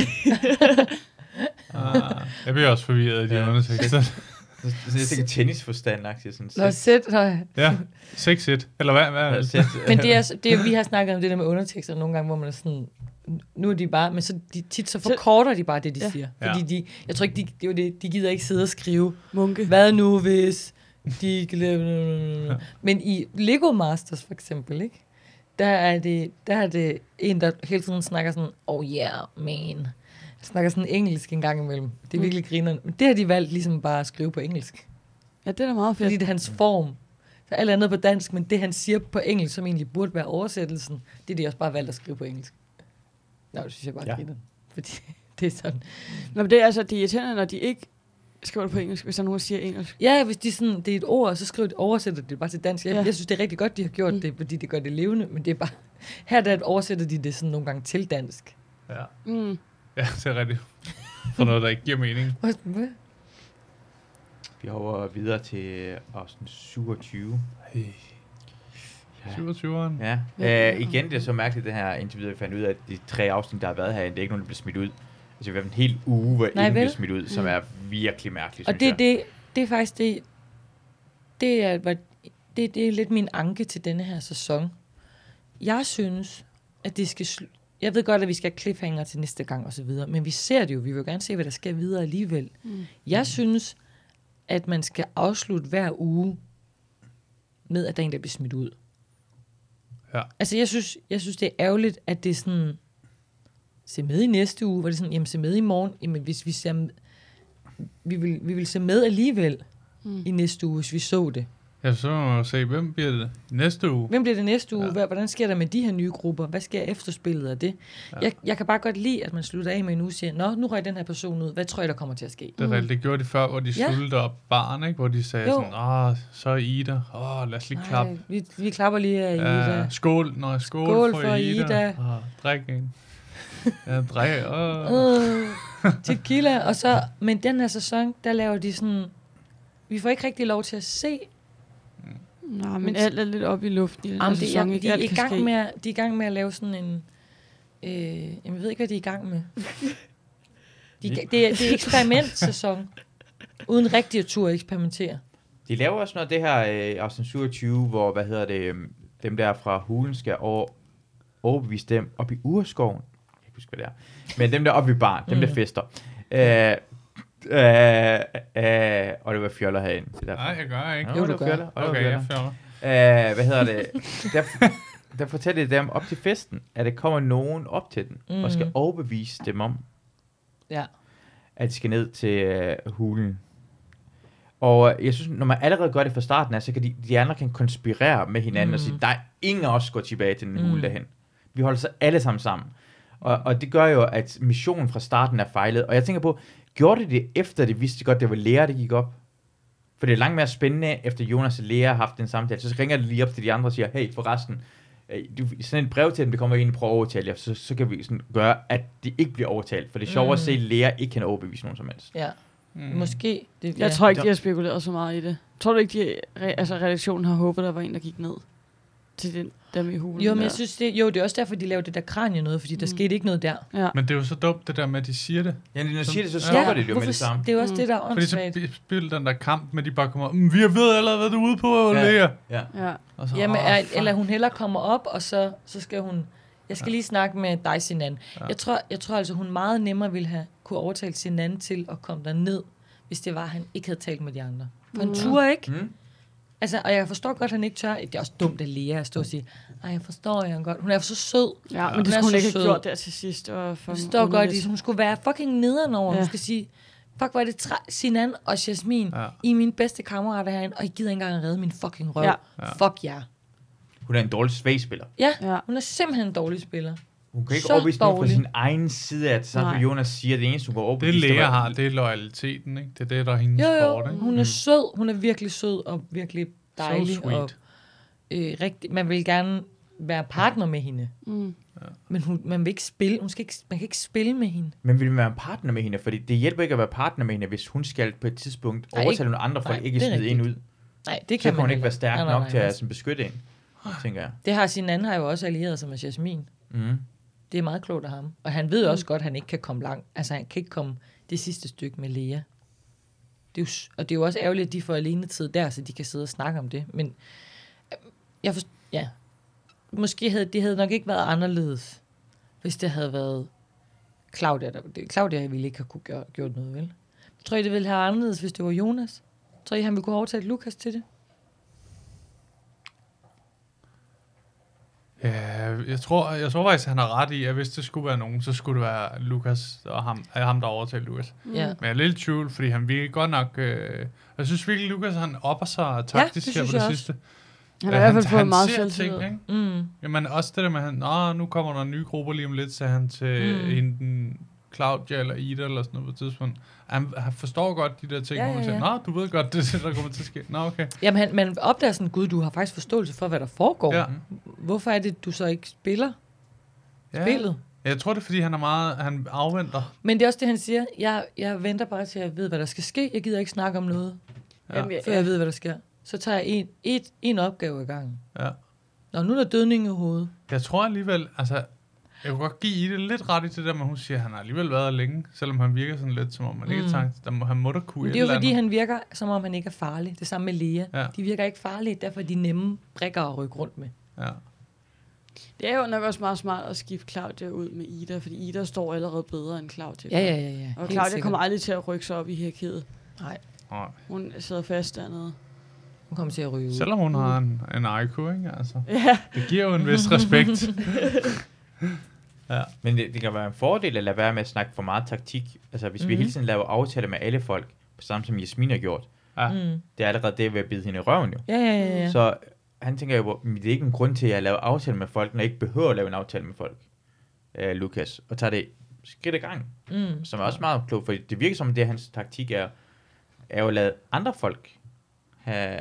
Jeg bliver også forvirret i de undertekster. Jeg tænker tennisforstand-agtigt. Nå, sæt. Ja, 6-1. Eller hvad? Men det vi har snakket om det der med undertekster nogle gange, hvor man er sådan, nu er de bare, men så tit så forkorter de bare det, de siger. Fordi jeg tror ikke, de gider ikke sidde og skrive, Munke. Hvad nu hvis de... Men i Lego Masters for eksempel, ikke? der er det en, der hele tiden snakker sådan, oh yeah, man. Snakker sådan engelsk en gang imellem. Det er virkelig grinerende. Men det har de valgt ligesom bare at skrive på engelsk. Ja, det er da meget fedt. Fordi det er hans form. Så alt andet på dansk, men det han siger på engelsk, som egentlig burde være oversættelsen, det er de også bare valgt at skrive på engelsk. Nå, det synes jeg bare griner. Fordi det er sådan. Nå, men det er altså, de irriterende, når de ikke skriver det på engelsk, hvis der nogen siger engelsk. Ja, hvis de sådan, det er et ord, så skriver de, oversætter det bare til dansk. Jeg synes, det er rigtig godt, de har gjort det, fordi det gør det levende, men det er bare, her der oversætter de det sådan nogle gange til dansk. Ja. Ja, det er rigtigt. For noget, der ikke giver mening. Vi hopper videre til afsnit 27. Hey. Ja. 27'eren. Ja. Igen, det er så mærkeligt, det her indtil videre, vi fandt ud af, at de 3 afsnit, der har været her, det er ikke nogen, der bliver smidt ud. Altså, vi har en hel uge, hvor ingen bliver smidt ud, som er virkelig mærkeligt, og det er faktisk det er lidt min anke til denne her sæson. Jeg synes, at det skal jeg ved godt, at vi skal have cliffhanger til næste gang og så videre, men vi ser det jo, vi vil gerne se, hvad der skal videre alligevel. Jeg synes, at man skal afslutte hver uge med, at der er en, der bliver smidt ud. Ja. Altså, jeg synes, det er ærgerligt, at det er sådan, se med i næste uge, hvor det er sådan, jamen se med i morgen, jamen hvis vi ser, vi vil se med alligevel i næste uge, hvis vi så det. Ja, så må man se, hvem bliver det næste uge? Hvem bliver det næste uge? Hvordan sker der med de her nye grupper? Hvad sker efterspillet af det? Ja. Jeg kan bare godt lide, at man slutter af med en uge og siger, nu røg den her person ud. Hvad tror jeg, der kommer til at ske? Det er rigtigt. Det gjorde de før, hvor de sluttede op barn, ikke? Hvor de sagde sådan, så er Ida. Lad os lige klappe. Vi klapper lige af Ida. Skål. Skål for Ida. Drik en. Ja, drik. Tequila. Og så, men den her sæson, der laver de sådan, vi får ikke rigtig lov til at se. Nej, men alt er lidt op i luften i den her sæson. De er i gang med at lave sådan en... jeg ved ikke, hvad de er i gang med. Det er eksperimentsæson. Uden rigtig at turde eksperimentere. De laver også noget af det her afsnit 27, hvor, dem der fra hulen skal overbevise dem op i urskoven. Jeg kan ikke huske, hvad det er. Men dem der op i barn, dem der fester. Og det var fjoller herinde. Nej, jeg gør ikke. Jo, du gør. Okay, jeg fjoller. Der fortæller de dem op til festen, at der kommer nogen op til den, og skal overbevise dem om, at de skal ned til hulen. Og jeg synes, når man allerede gør det fra starten af, så kan de andre kan konspirere med hinanden og sige, der er ingen af os går tilbage til den hule derhen. Vi holder så alle sammen. Og det gør jo, at missionen fra starten er fejlet. Og jeg tænker på, gjorde det efter det vidste godt, det var Lea, der gik op? For det er langt mere spændende, efter Jonas og Lea har haft en samtale. Så ringer det lige op til de andre og siger, hey, forresten, sådan et brev til dem, det kommer ind og prøver at overtale jer, så kan vi sådan gøre, at de ikke bliver overtalt. For det er sjovt at se, at Lea ikke kan overbevise nogen som helst. Ja, måske. Jeg tror ikke, de har spekuleret så meget i det. Tror du ikke, redaktionen har håbet, der var en, der gik ned til dem i hulen? Jo, men jeg synes, det er også derfor, de laver det der kranje noget, fordi der skete ikke noget der. Ja. Men det er jo så dumt, det der med, at de siger det. Ja, når de siger det, så stopper det jo med det samme. Det er jo også det, der er åndssvagt. Fordi så spiller den der kamp med, de bare kommer, vi ved allerede, hvad du er ude på, Lea. Ja. Så, jamen, eller hun heller kommer op, og så skal hun, jeg skal lige snakke med dig, Sinan. Ja. Jeg tror altså, hun meget nemmere ville kunne overtale Sinan til at komme derned, hvis det var, at han ikke havde talt med de andre. For han turde ikke. Altså, og jeg forstår godt, at han ikke tør. Det er også dumt at Lea at stå og sige, jeg forstår jeg godt. Hun er så sød. Ja, men det skulle hun ikke have gjort der til sidst. Jeg forstår godt, hun skulle være fucking nederen over. Hun skal sige, fuck, hvor er det Sinan og Jasmin, I er mine bedste kammerater herinde, og I gider ikke engang at redde min fucking røv. Ja. Fuck jer. Hun er en dårlig svagspiller. Ja, hun er simpelthen en dårlig spiller. Hun kan ikke overbevise nogen fra sin egen side, at sådan Jonas siger, det eneste, hun går overbevise. Det Lea har, det er loyaliteten, ikke? Det er det, der er hendes sport, ikke? Hun er sød. Hun er virkelig sød og virkelig dejlig. So og rigtig, man vil gerne være partner med hende. Men man vil ikke spille. Man kan ikke spille med hende. Men vil man være partner med hende? Fordi det hjælper ikke at være partner med hende, hvis hun skal på et tidspunkt overtale nogle andre folk, ikke smide en ud. Nej, det kan så hun ikke være stærk nok til at beskytte en, tænker jeg. Det har sin anden har jo også allieret sig med Jasmin. Det er meget klogt af ham. Og han ved også godt, at han ikke kan komme langt. Altså, han kan ikke komme det sidste stykke med Lea. Det er jo også ærgerligt, at de får alenetid der, så de kan sidde og snakke om det. Men måske havde nok ikke været anderledes, hvis det havde været Claudia. Claudia ville ikke have kunne gjort noget, vel? Tror I, det ville have anderledes, hvis det var Jonas? Tror I, han ville kunne overtale Lukas til det? Ja, Jeg tror faktisk, han har ret i, at hvis det skulle være nogen, så skulle det være Lukas og ham der overtalte Lukas. Men jeg er lidt i tvivl, fordi han virkelig godt nok... jeg synes virkelig, Lukas han opper sig taktisk her på det sidste. Han har i hvert fald fået meget selvtillid. Jamen også det der med, nu kommer der nye grupper lige om lidt, sagde han til enten Claudia eller Ida eller sådan noget på et tidspunkt. Han forstår godt de der ting, hvor man siger, du ved godt, det der kommer til at ske. Okay. Jamen, man opdager sådan, gud, du har faktisk forståelse for, hvad der foregår. Ja. Hvorfor er det, du så ikke spiller spillet? Jeg tror, det er, fordi han afventer. Men det er også det, han siger. Jeg venter bare til, at jeg ved, hvad der skal ske. Jeg gider ikke snakke om noget, før jeg ved, hvad der sker. Så tager jeg en opgave i gang. Ja. Og nu er der dødning i hovedet. Jeg tror alligevel, altså... Jeg kunne godt give Ida lidt ret i det der, men hun siger, at han har alligevel været længe, selvom han virker sådan lidt, som om man ikke har tænkt, han må da kunne. Det er jo fordi, han virker, som om han ikke er farlig. Det samme med Lea. Ja. De virker ikke farlige, derfor er de nemme brikker at rykke rundt med. Ja. Det er jo nok også meget smart at skifte Claudia ud med Ida, fordi Ida står allerede bedre end Claudia. Ja. Og Claudia kommer aldrig til at rykke sig op i hierarkiet. Nej. Hun sidder fast dernede. Hun kommer til at ryge ud. Selvom hun har en IQ, ikke? Altså, det giver jo en vis respekt. Ja. Men det kan være en fordel at lade være med at snakke for meget taktik. Altså hvis vi hele tiden laver aftaler med alle folk, på samme som Jasmin har gjort, det er allerede det ved at bide hende i røven jo. Ja. Så han tænker jo, det er ikke en grund til at lave aftaler med folk, når jeg ikke behøver at lave en aftale med folk, Lukas, og tager det skridt ad gangen, som er også meget klogt, for det virker som, det hans taktik er jo at lade andre folk have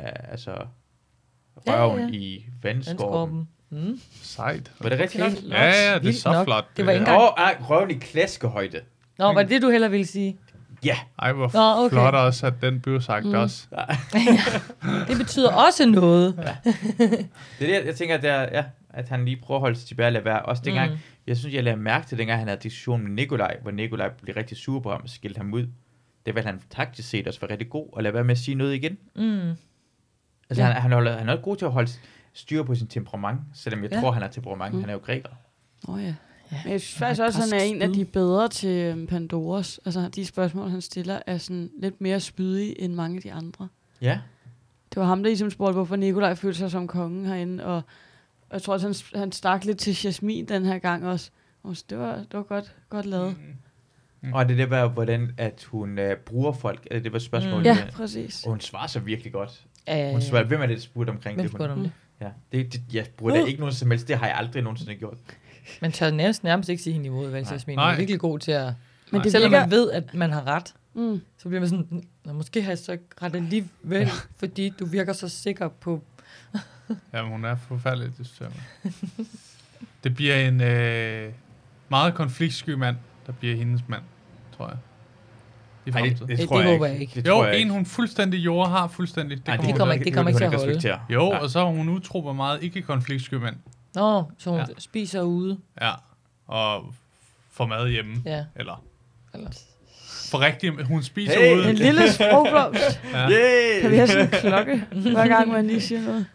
røven i vandskorpen. Sejt. Var det rigtigt nok? Ja, det er så flot. Det var ikke engang... røven i klaskehøjde. Nå, var det du heller ville sige? Ja. Ej, hvor flot også, at den blev sagt også. Det betyder også noget. Det er det, jeg tænker, det er, at han lige prøver at holde sig tilbage og lade være. Også dengang, jeg synes, jeg lagde mærke til, dengang han havde diskussion med Nikolaj, hvor Nikolaj blev rigtig sur på ham og skilte ham ud. Det var, at han taktisk set også var rigtig god, og lade være med at sige noget igen. Altså, han er god til at holde styr på sin temperament, selvom jeg tror, han har temperament. Han er jo græker. Ja. Men jeg synes faktisk også, at han er en af de bedre til Pandoras. Altså, de spørgsmål, han stiller, er sådan lidt mere spydige end mange af de andre. Ja. Det var ham, der ligesom spurgte, hvorfor Nikolaj følte sig som kongen herinde, og jeg tror også, han stak lidt til Jasmin den her gang også. Det var godt lavet. Og det var, hvordan at hun bruger folk. Det var spørgsmålet. Ja, præcis. Og hun svarer så virkelig godt. Hun svarer, hvem er det, der spurgte omkring det? Hvem spurgte om det? Ja, jeg bruger da ikke nogen som helst. Det har jeg aldrig nogensinde gjort. Man tør nærmest ikke sige hende imod, vel, Jasmin. Man er virkelig god til at... Men det selvom man ved, at man har ret, så bliver man sådan, måske har jeg så ikke ret alligevel, fordi du virker så sikker på... Jamen, hun er forfærdelig, det synes jeg. Det bliver en meget konfliktsky mand, der bliver hendes mand, tror jeg. Det håber jeg ikke. Jo, en hun fuldstændig har fuldstændig. Det kommer ikke til at holde. Jo, og så er hun utrolig meget ikke konfliktsky mand. Nå, så hun spiser ude. Ja, og får mad hjemme. Ja. Eller for rigtigt, hun spiser ude. En lille sprogblomst. Kan vi have sådan en klokke, hver gang man lige siger noget?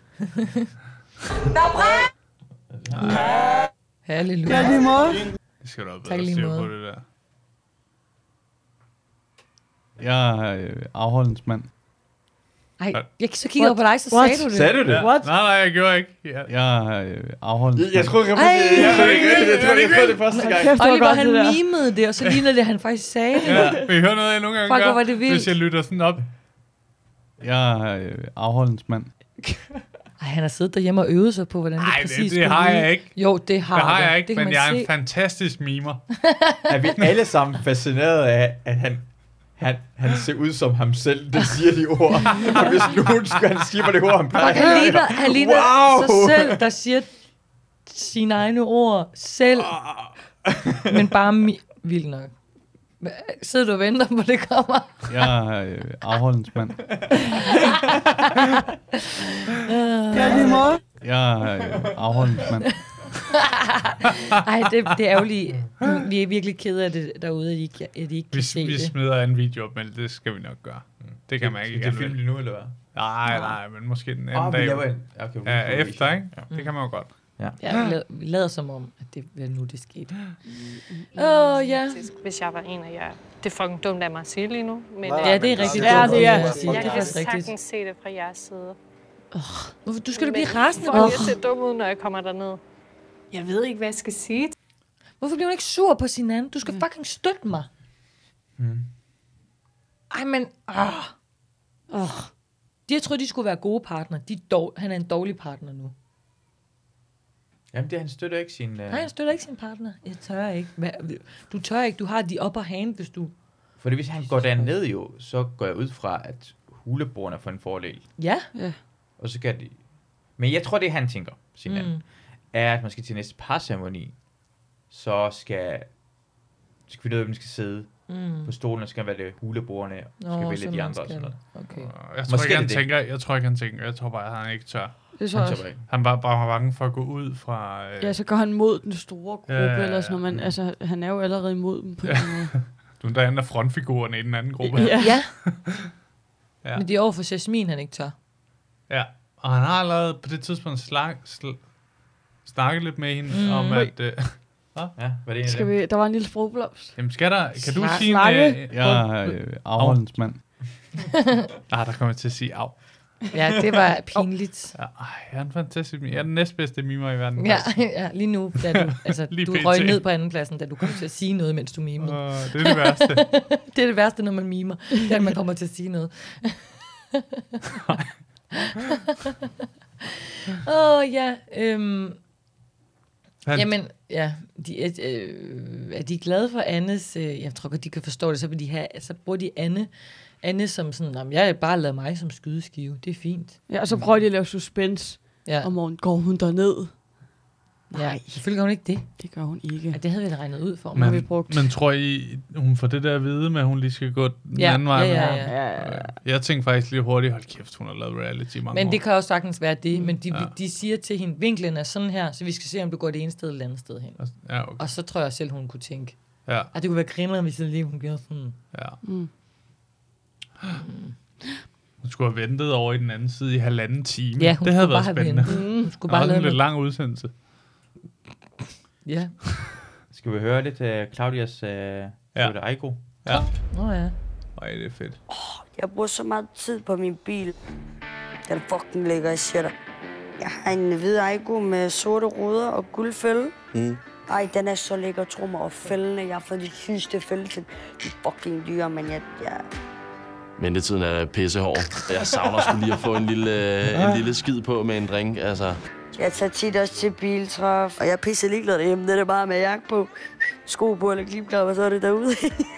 Halleluja. Ja, lige måde. Det skal du have bedre styr på det der. Jeg er afholdensmand. Ej, så kigger jeg på dig, så sagde du det. Sagde du det? What? Nej, jeg gjorde ikke. Jeg er afholdensmand. Jeg troede det første gang. Oliver, han mimede det, og så lignede det, han faktisk sagde det. Ja, vil I høre noget, jeg nogle gange gør, var det vildt. Hvis jeg lytter sådan op? Jeg er afholdensmand. Ej, han har siddet derhjemme og øvet sig på, hvordan det præcis det har jeg ikke. Jo, det har jeg ikke, men jeg er en fantastisk mimer. Er vi alle sammen fascineret af, at han ser ud som ham selv, det siger de ord. Og hvis nogen skal han sige på det ord, han plejer. Han ligner sig selv, der siger sine egne ord selv. Men bare vildt nok. Sidder du og venter på, det kommer? Jeg er afholdensmand. Ja, lige måde. Jeg er afholdensmand. Ej, det er ærgerligt. Vi er virkelig kede af det derude, at I ikke kan se det. Vi smider en video op, men det skal vi nok gøre. Det kan man ikke. Det filmer de nu, eller hvad? Nej, men måske den anden dag. Efter, ikke? Ja, det kan man jo godt. Ja, vi lader som om, at det er nu, det skete. Ja. Hvis jeg var en af jer. Det er fucking dumt af mig at sige lige nu. Men, ja, det er rigtigt. Jeg kan sagtens se det fra jeres side. Du skal da blive rasende. Jeg ser dum ud, når jeg kommer derned. Jeg ved ikke, hvad jeg skal sige. Hvorfor bliver hun ikke sur på sin anden? Du skal fucking støtte mig. Ej, men... Jeg troede, de skulle være gode partner. Han er en dårlig partner nu. Jamen, han støtter ikke sin... Nej, han støtter ikke sin partner. Jeg tør ikke. Du tør ikke. Du har de upper hand, hvis du... Fordi hvis han går derned jo, så går jeg ud fra, at huleboerne får en fordel. Ja. Og så kan de... Men jeg tror, det han tænker, simpelthen, er, at man skal til næste parceremoni, så skal vi vide, hvem skal sidde på stolen, og skal være det huleboerne, og skal vælge de andre og sådan noget. Okay. Jeg tror ikke, han tænker. Jeg tror bare, at han ikke tør. Det tror jeg også. Han var bare bange for at gå ud fra... Ja, så går han mod den store gruppe, eller sådan noget. Men altså, han er jo allerede imod dem på en måde. Du er der frontfigurerne i den anden gruppe. Ja. Men det er over for Jasmin, han ikke tør. Ja, og han har allerede på det tidspunkt snakket lidt med hende om, at... Ja, hvad er det der var en lille sprogblomst. Jamen, kan du sige... Jeg er afholdens mand. Der kommer jeg til at sige af. Ja, det var pinligt. Ja, jeg er en fantastisk Jeg er den næstbedste mimer i verden. Ja, lige nu. Da du røg ned på andenpladsen, da du kom til at sige noget, mens du mimede. Det er det værste. Det er det værste, når man mimer. Det er, at man kommer til at sige noget. Ja. Jamen, ja. Er de glade for Annes... jeg tror godt, de kan forstå det. Så bruger de Anne som sådan, jeg bare lader mig som skydeskive. Det er fint. Ja, og så prøver de at lave suspense. Ja. Om morgenen går hun derned. Nej, selvfølgelig gør hun ikke det. Det gør hun ikke. Ja, det havde vi da regnet ud for. Men tror I, hun får det der at vide med, at hun lige skal gå den anden vej? Ja. Jeg tænkte faktisk lige hurtigt, hold kæft, hun har lavet reality mange år. Men det kan også sagtens være det. Men de siger til hende, vinklen er sådan her, så vi skal se, om du går det ene sted eller andet sted hen. Ja, okay. Og så tror jeg selv, hun kunne tænke. Ja. At det kunne være grineren, hvis lige hun gjorde sådan. Ja. Hun skulle have ventet over i den anden side i 1,5 time. Ja, hun det havde skulle været bare spændende. have ventet. Hun skulle bare lave en lidt lang udsendelse. Ja. Skal vi høre lidt Claudias Aiko? Ja. Ja. Ej, det er fedt. Jeg bruger så meget tid på min bil. Den er fucking lækker, jeg siger dig. Jeg har en hvid Aiko med sorte ruder og guldfælde. Ej, den er så lækker, tro mig, og fældene. Jeg har fået de sygeste fælde til. De er fucking dyre, men jeg... Ventetiden er pissehård. Jeg savner sgu lige at få en lille skid på med en drink, altså. Jeg tager tit også til biltræf, og jeg er pisse ligeglad derhjemme. Det er bare med jakke på, sko på eller klipklap, og så er det derude.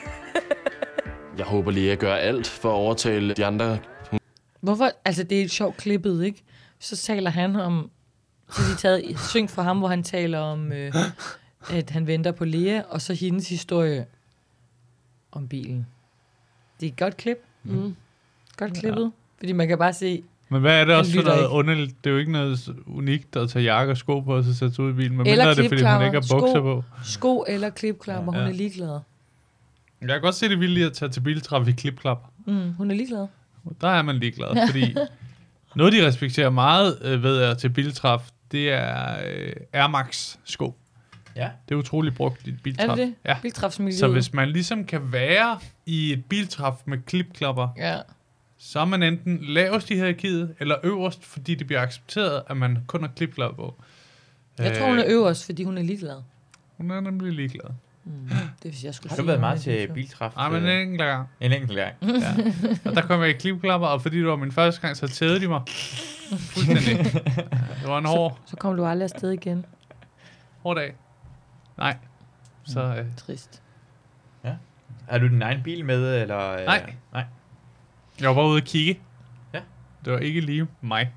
Jeg håber lige, at jeg gør alt for at overtale de andre. Hvorfor? Altså, det er et sjovt klippet, ikke? Så taler han om... Så de taget et synk fra ham, hvor han taler om, at han venter på Lea, og så hendes historie om bilen. Det er et godt klip. Godt klippet. Ja. Fordi man kan bare se... Men hvad er det også for noget underligt? Det er jo ikke noget unikt at tage jakke og sko på, og så sætte sig ud i bilen. Men eller er det, fordi hun ikke har bukser på? Sko eller klipklapper. Hun er ligeglad. Jeg kan godt se det vildt at tage til biltræf i klipklapper. Hun er ligeglad. Der er man ligeglad, fordi noget, de respekterer meget, ved jeg, til biltræf, det er Air Max sko. Ja. Det er utroligt brugt i et biltræf. Er det? Ja. Biltræfsmiljøet. Så hvis man ligesom kan være i et biltræf med klipklapper, så er man enten lavest i hierarkiet, eller øverst, fordi det bliver accepteret, at man kun har klipklapper på. Jeg tror, hun er øverst, fordi hun er ligeglad. Hun er nemlig ligeglad. Det hvis jeg skulle har du været meget til biltræf? Nej, men en enkelt gang. En enkelt gang. Ja. Og der kom jeg i klipklapper, og fordi det var min første gang, så tædede de mig. Fuldstændig. Det var en hård. Så kom du aldrig afsted igen. Hård dag. Nej. Så trist. Ja. Er du din egen bil med, eller? Nej. Nej. Jeg var bare ude at kigge. Ja. Det var ikke lige mig.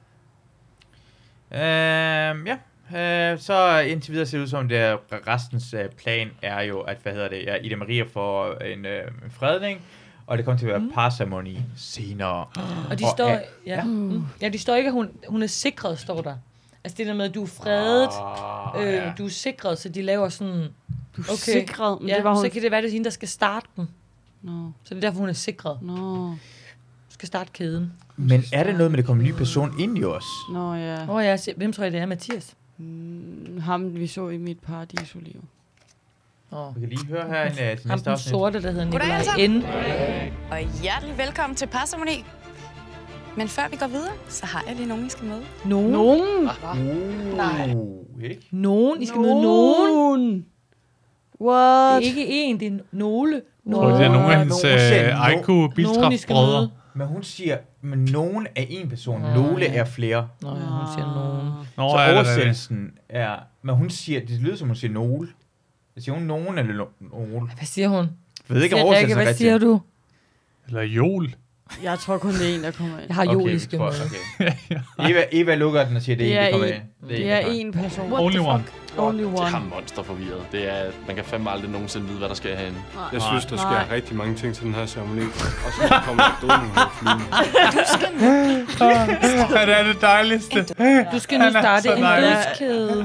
Så indtil videre ser det ud som, det restens plan er jo, at, Ida Maria får en fredning, og det kommer til at være parceremoni senere. Og de står, de står ikke, at hun er sikret, står der. Altså det der med, at du er fredet, du er sikret, så de laver sådan... Du er sikret? Ja, det var hun... så kan det være, det er hende, der skal starte den. No. Så det er derfor, hun er sikret. Du skal starte kæden. Men er det noget med, at der kommer en ny person ind i os? Nå ja. Hvem tror I, det er? Mathias? Ham, vi så i Mit Paradisoliv. Vi kan lige høre her til næste afsnit. Ham sorte, der hedder Nikolaj Goddag, N. Og hjertelig velkommen til parceremoni. Men før vi går videre, så har jeg lige nogen, I skal møde. Nogen? Nej. Ikke? Nogen? I skal møde nogen? What? Det er ikke en, det er nogle. Jeg tror, det er nogle af hendes Aiku-bilstraf-brødre. Men hun siger, men nogen er en person, nogle er flere. Nå ja, hun siger nogen. Så oversættelsen er... Men hun siger, det lyder som hun siger nogle. Siger hun nogen eller nogle? Hvad siger hun? Jeg ved ikke, om oversættelsen er Hvad rigtigt. siger du? Eller jol. Jeg tror kun, det er en, der kommer ind. Jeg har joliske med. Okay. Eva lukker den og siger, det er en, der kommer ind. Det er en person. Only one. Only one. Jeg har monster forvirret. Det er, man kan fandme aldrig nogensinde vide, hvad der sker herinde. Jeg synes, der sker rigtig mange ting til den her ceremoni. Og så kommer der dødning her flyvende. Du skal med. Det er det dejligste. Du skal nu starte en dødskæde.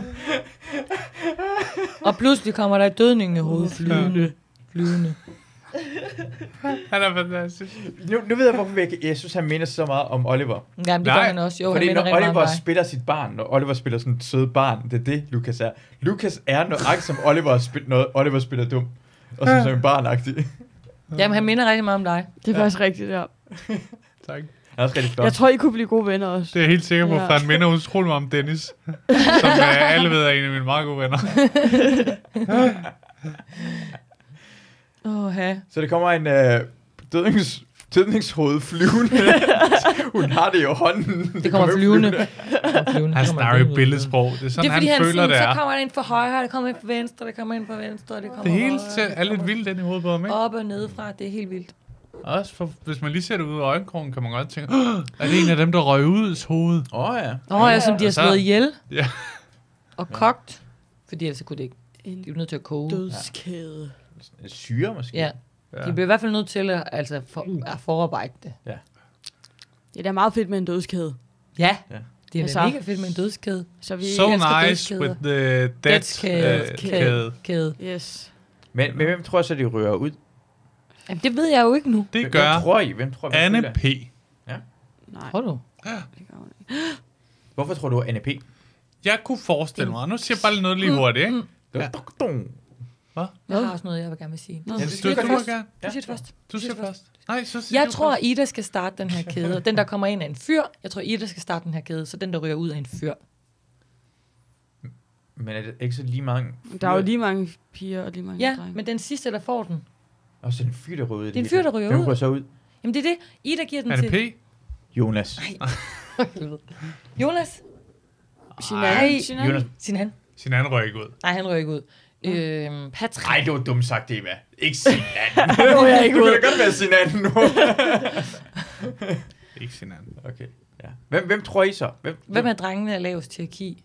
Og pludselig kommer der et dødning i hovedet flyvende. Han er fantastisk. Nu ved jeg, hvorfor jeg synes, han minder så meget om Oliver. Jamen, det gør han også. Jo, fordi han når minder rigtig Oliver meget om spiller sit barn, når Oliver spiller sådan et søde barn, det er det, Lukas er. Lukas er nøjagtigt som Oliver spiller noget. Oliver spiller dum. Og som en barnagtig. Jamen, han minder rigtig meget om dig. Det er faktisk rigtigt, ja. Tak. Han er også rigtig flot. Jeg tror, I kunne blive gode venner også. Det er jeg helt sikker på, for han minder utrolig meget om Dennis. Som alle ved er en af mine meget gode venner. Så det kommer en dødningshoved flyvende. Hun har det i hånden. Det kommer flyvende. Han snakker jo billedsprog. Det er sådan, det er, han føler, det er. Så kommer han ind for højre, det kommer ind for venstre, det kommer ind for venstre, det kommer det hele er lidt vildt den i hovedet på ham, ikke? Op og nedefra, det er helt vildt. Også for, hvis man lige ser det ud af øjenkrogen, kan man godt tænke, er det en af dem, der røg ud i hovedet? Ja, som de har slået ihjel. Ja. Og kogt. Fordi ellers kunne det ikke. De er nødt til at koge. Dødskæde. Syre måske? Ja. De bliver i hvert fald nødt til at forarbejde det. Ja. Det er da meget fedt med en dødskæde. Ja. Det er mega fedt med en dødskæde. Så vi so nice with the death-kæde. Yes. Men hvem tror jeg så, de rører ud? Jamen, det ved jeg jo ikke nu. Det gør Hvem tror I? Anne P. Ja. Nej. Tror du? Ja. Hvorfor tror du Anne P? Jeg kunne forestille mig. Nu siger jeg bare lige noget lige hurtigt, ikke? Ja. Hvad? Jeg har også noget, jeg vil gerne vil sige. Ja, Du siger det først. Du siger først. Nej, så siger jeg du tror, først. Ida skal starte den her kæde. Den, der kommer ind, er en fyr. Jeg tror, Ida skal starte den her kæde, så den, der ryger ud, er en fyr. Men er det ikke så lige mange fyre? Der er jo lige mange piger og lige mange drenge. Men den sidste, der får den. Og så en fyr, der ryger ud. Det er en fyr, der ryger ud. Hvem ryger så ud? Jamen, det er det. Ida giver den Er det til... P? Jonas. Jonas? Sinan. Sinan røg ikke ud. Nej, han røg ikke ud. Patrick. Nej, det var dumt sagt, Eva. Ikke Sinan. Nu er jeg ikke Du ud. kan da godt være Sinan nu. Ikke Sinan. Okay, ja. Hvem tror I så? Hvem er drengene af lavest til at kigge?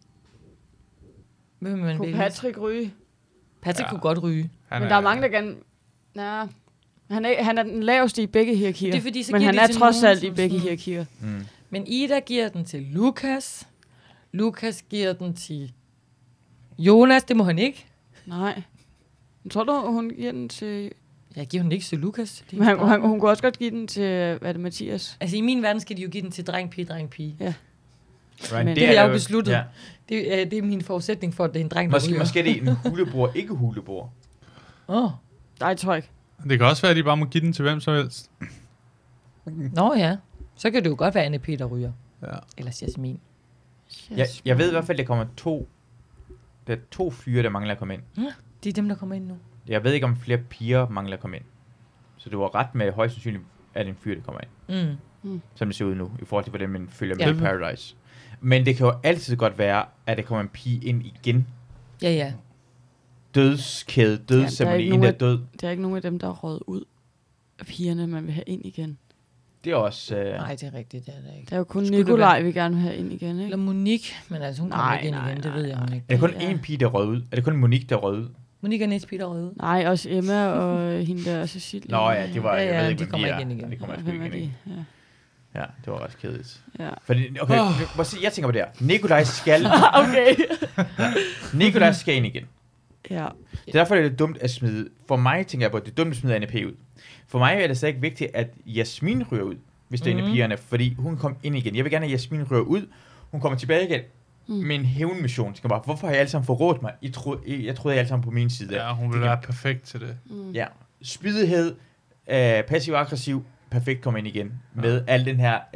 Hvem vil man Kunne vælge? Patrick ryge? Patrick kunne godt ryge. Men der er mange, der gerne... Ja. Han er den laveste i begge hierarkier. Det er fordi, så men giver han de er til trods nogen, alt i som begge sådan- hierarkier. Mm. Men Ida giver den til Lukas. Lukas giver den til Jonas. Det må han ikke. Nej. Jeg tror du, hun giver den til... Jeg giver den ikke til Lukas. Men hun kunne også godt give den til, hvad er det, Mathias? Altså i min verden skal de jo give den til dreng, pige. Ja. Right. Men det har jeg jo besluttet. Ja. Det er min forudsætning for, at det er en dreng, der ryger. Måske er det en hulebord, ikke hulebord. Nej, tror jeg ikke. Det kan også være, at de bare må give den til hvem som helst. Nå ja. Så kan det jo godt være Anne P, der ryger. Ja. Eller Jasmin. Jeg ved i hvert fald, der kommer der er 2 fyre, der mangler at komme ind. Ja, det er dem, der kommer ind nu. Jeg ved ikke, om flere piger mangler at komme ind. Så du var ret med højst sandsynligt, at en fyr, der kommer ind. Som det ser ud nu, i forhold til, hvordan man følger med i Paradise. Men det kan jo altid godt være, at der kommer en pige ind igen. Ja. Dødskæde, dødsceremoni, en der er død. Der er ikke nogen af dem, der er røget ud af pigerne, man vil have ind igen. Det er også... Nej, det er rigtigt, det er det ikke. Der er jo kun Nikolaj, vi gerne vil have ind igen, ikke? Eller Monique, men altså hun kommer ikke ind igen, det ved jeg hun ikke. Er det kun én pige, der er røget ud? Er det kun Monique, der er røget ud? Monique er næste pige, der er røget ud. Nej, også Emma og hende der, Cecilie. Nå ja, det var... Jeg ved ikke, de kommer hvem ikke ind igen. De kommer Hvem er ikke ind de? igen. Ja, det var også kedeligt. Ja. Fordi, okay, jeg tænker på det her. Nikolaj skal... Okay. Nikolaj skal ind igen. Ja. Det er derfor, det er dumt at smide... For mig tænker jeg på, at det er dumt at smide Anne P. ud. For mig er det så ikke vigtigt, at Jasmin ryger ud, hvis det er en af pigerne, fordi hun kom ind igen. Jeg vil gerne, at Jasmin ryger ud. Hun kommer tilbage igen med en hævnmission. Så bare, hvorfor har jeg alle sammen forrådt mig? Jeg troede, jeg alle sammen på min side. Ja, hun vil være perfekt til det. Ja. Spydighed, passiv-aggressiv, perfekt kommer ind igen. Med al den her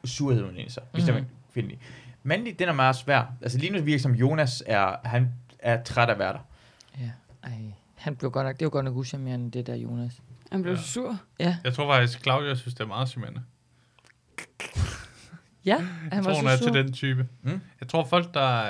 surhed uden sig. Hvis det er kvindelig. Mandlig, den er meget svær. Altså lige nu virker som Jonas han er træt af at være der. Ja, han blev godt nok, det var godt nok uschammerende, det der Jonas. Han blev sur. Ja. Jeg tror faktisk, Claudia synes, det er meget charmerende. Ja, jeg tror, hun er til den type. Jeg tror, folk, der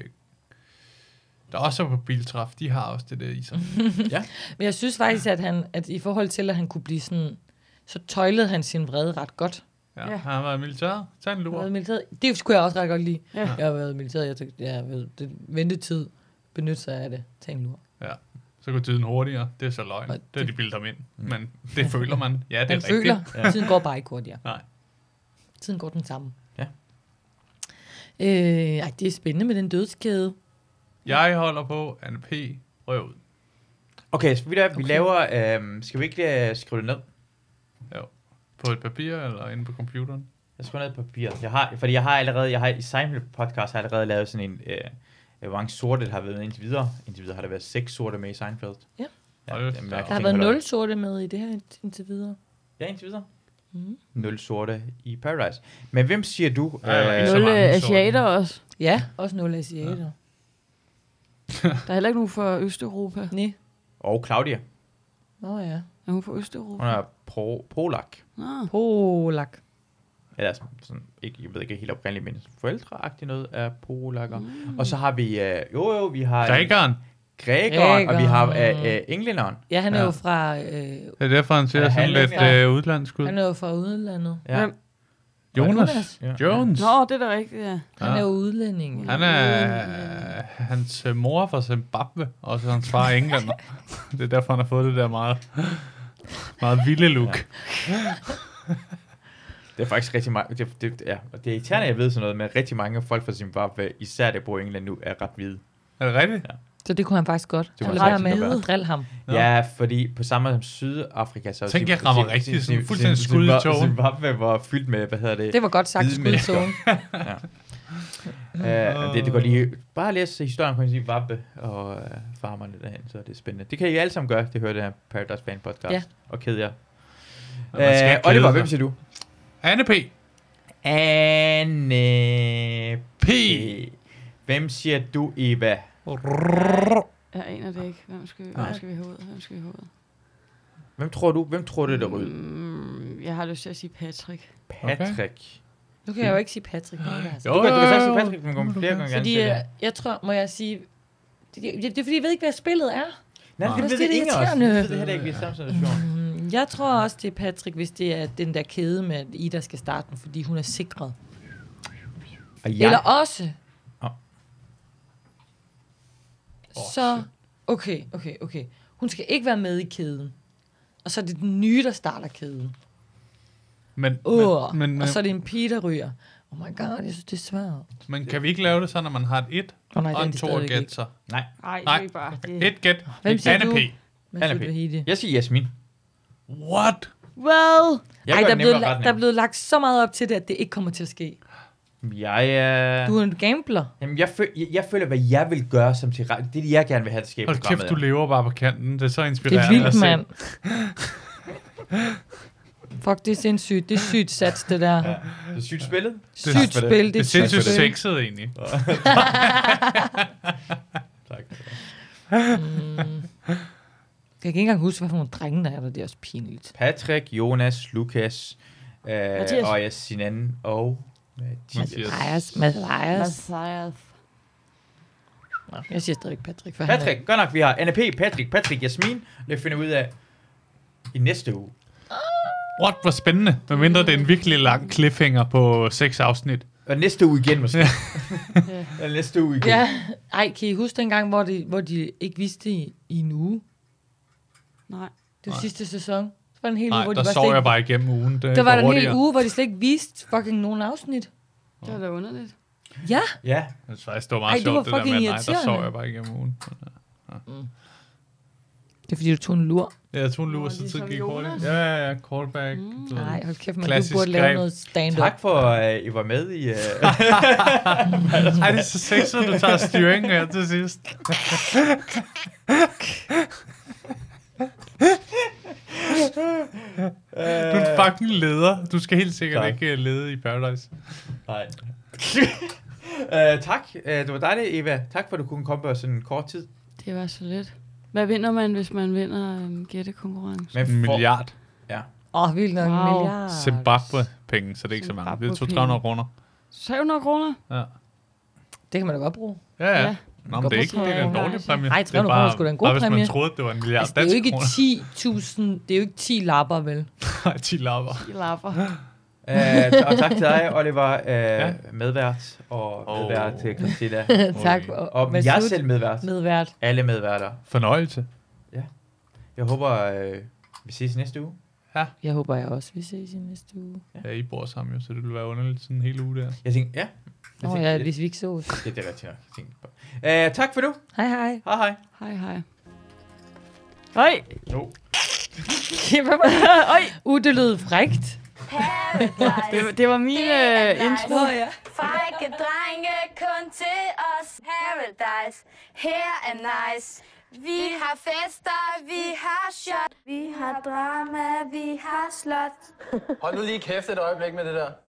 også er på biltræf, de har også det der i sig. Ja. Men jeg synes faktisk, at i forhold til, at han kunne blive sådan, så tøjlede han sin vrede ret godt. Ja. Han har været i militæret. Tag en lur. Det skulle jeg også ret godt lide. Ja. Jeg har været i militæret. Jeg tænkte, det ventetid. Benytte sig af det. Tag en lur. Ja. Så går tiden hurtigere. Det er så løgn. Det er de bilder ham ind. Men det føler man. Ja, det er rigtigt. Føler. Tiden går bare ikke hurtigere. Nej. Tiden går den samme. Ja. Det er spændende med den dødskæde. Jeg holder på, Anne P. røv ud. Okay, så vi laver... skal vi ikke skrive det ned? Jo. På et papir eller inde på computeren? Jeg skriver ned på papiret. Jeg har i Seinfeld podcast allerede lavet sådan en... hvor mange sorte, der har været med indtil videre. Indtil videre har der været 6 sorte med i Seinfeld. Ja. Der har været 0 sorte med i det her indtil videre. Ja, indtil videre. 0 sorte i Paradise. Men hvem siger du? 0 asiater også. Ja, også 0 asiater. Ja. Der er heller ikke nogen fra Østeuropa. Nej. Og Claudia. Ja. Er hun fra Østeuropa? Hun er polak. Polak. Eller sådan, jeg ved ikke helt oprindeligt, men forældreagtigt noget af polakker. Og så har vi, vi har... Grækeren, og vi har englænderen. Ja, han er jo fra... det er derfor, han ser sådan lidt udlandsk ud. Han er jo fra udlandet. Ja. Jonas. Jones. Nå, det er da rigtigt, ja. Han er jo udlænding. Han er... Hans mor fra Zimbabwe, og så hans far er englænder. Det er derfor, han har fået det der meget vilde look. Ja. Det er faktisk rigtig meget... Det er irriterende, jeg ved sådan noget, men rigtig mange folk fra Zimbabwe, især der bor i England nu, er ret hvide. Er det rigtigt? Ja. Så det kunne han faktisk godt. Det kunne han med at drille ham. Ja, fordi på samme som Sydafrika... Så tænk, jeg rammer rigtig sådan fuldstændig skud i togen. Zimbabwe var fyldt med, hvad hedder det? Det var godt sagt, skud i togen. Det går lige... Bare læse historien om Zimbabwe og farmerne derhen, så det er spændende. Det kan I alle sammen gøre, det hører det her Paradise Band podcast. Og kede jer. Oliver, hvem siger du? Anne P. Anne P. Hvem siger du, Eva? Jeg aner det ikke. Hvem skal vi have ud? Hvem tror du, der ryger? Jeg har lyst til at sige Patrick. Patrick? Nu kan jeg jo ikke sige Patrick. Du kan så sige Patrick, men kommer flere gange. Fordi jeg tror, må jeg sige... Det er fordi, jeg ved ikke, hvad spillet er. Nej, det ved det ingen også. Det ved det heller ikke, vi er samme situation. Jeg tror også, det er Patrick, hvis det er den der kæde med, at Ida skal starte den, fordi hun er sikret. Eller også... Så, okay. Hun skal ikke være med i kæden. Og så er det den nye, der starter kæden. Og så er det en pige, der ryger. Oh my god, jeg synes, det er svært. Men kan vi ikke lave det så, når man har et 1 og en 2 og gæt så? Nej. Nej, bare det. Et gæt. Hvem siger du? Anne P. Jeg siger Jasmin. What? Well. Der er blevet lagt så meget op til det, at det ikke kommer til at ske. Jeg er... Du er en gambler. Jamen, jeg føler, hvad jeg vil gøre som til... Det jeg gerne vil have, det sker på programmet. Hold kæft, du lever bare på kanten. Det er så inspirerende. Det er vildt, mand. Fuck, det er sindssygt. Det er sygt sats, det der. Ja. Det er sygt spillet? Sygt spil. Det er sindssygt sexet, egentlig. Tak. Jeg kan ikke engang huske, hvad for nogle drenge der er der. Det er også pinligt. Patrick, Jonas, Lukas, og Sinan og... Mathias. Jeg siger stadig Patrick. Patrick, godt nok. Vi har Anne P, Patrick, Jasmin. Det finder vi ud af i næste uge. What, hvor spændende. Med mindre det er en virkelig lang cliffhanger på 6 afsnit. Og næste uge igen, måske. Eller næste uge igen. Ja. Ej, kan I huske dengang, hvor de ikke vidste i en uge? Nej. Det var sidste sæson. Så var en hel uge, hvor der sov jeg bare igennem ugen. Der var en hel uge, hvor de slet ikke viste fucking nogen afsnit. Det var da underligt. Ja. Ja. Det var meget sjovt, det der med, nej, der sov jeg bare igennem ugen. Ja. Det er fordi, du tog en lur. Ja, jeg tog en lur, så tiden gik hurtigt. Ja, callback. Nej, hold kæft, man, du burde lave noget stand-up. Tak for, at I var med i... Ej, det er så sexet, du tager styringen her til sidst. Du er en fucking leder. Du skal helt sikkert ikke lede i Paradise. Nej. Tak. Det var dejligt, Eva. Tak for, at du kunne komme på sådan en kort tid. Det var så lidt. Hvad vinder man, hvis man vinder gættekonkurrence? En milliard. Ja. Vildt nok en milliard. Zimbabwe-penge, så det er ikke så mange. Det er 200-300 kroner. 300 kroner? Ja. Det kan man da godt bruge. Ja. Nå, men det er en dårlig præmie. Nej, 300 kroner skulle da en god præmie. Hvis man troede, det var en milliard altså, det er jo ikke 10.000, det er jo ikke 10 lapper, vel? Nej, 10 lapper. 10 lapper. Og tak til dig, Oliver, medvært og medvært til Christina. Tak. Og jeg selv medvært. Alle medværter. Fornøjelse. Ja. Jeg håber, vi ses næste uge. Ja. Jeg håber, jeg også vi ses i næste uge. Ja, I bor sammen jo, så det vil være underligt sådan en hel uge der. Jeg tænkte, ja. Hvis vi ikke så. Ja, det er rigtigt nok. Tak for nu. Hej, hej. Hej, hej. Hej, hej. Hej. Jo. Det lød frækt. Det var min intro. Frække drenge, kun til os. Paradise, her er nice. Vi har fester, vi har shot. Vi har drama, vi har slot. Hold nu lige kæft et øjeblik med det der.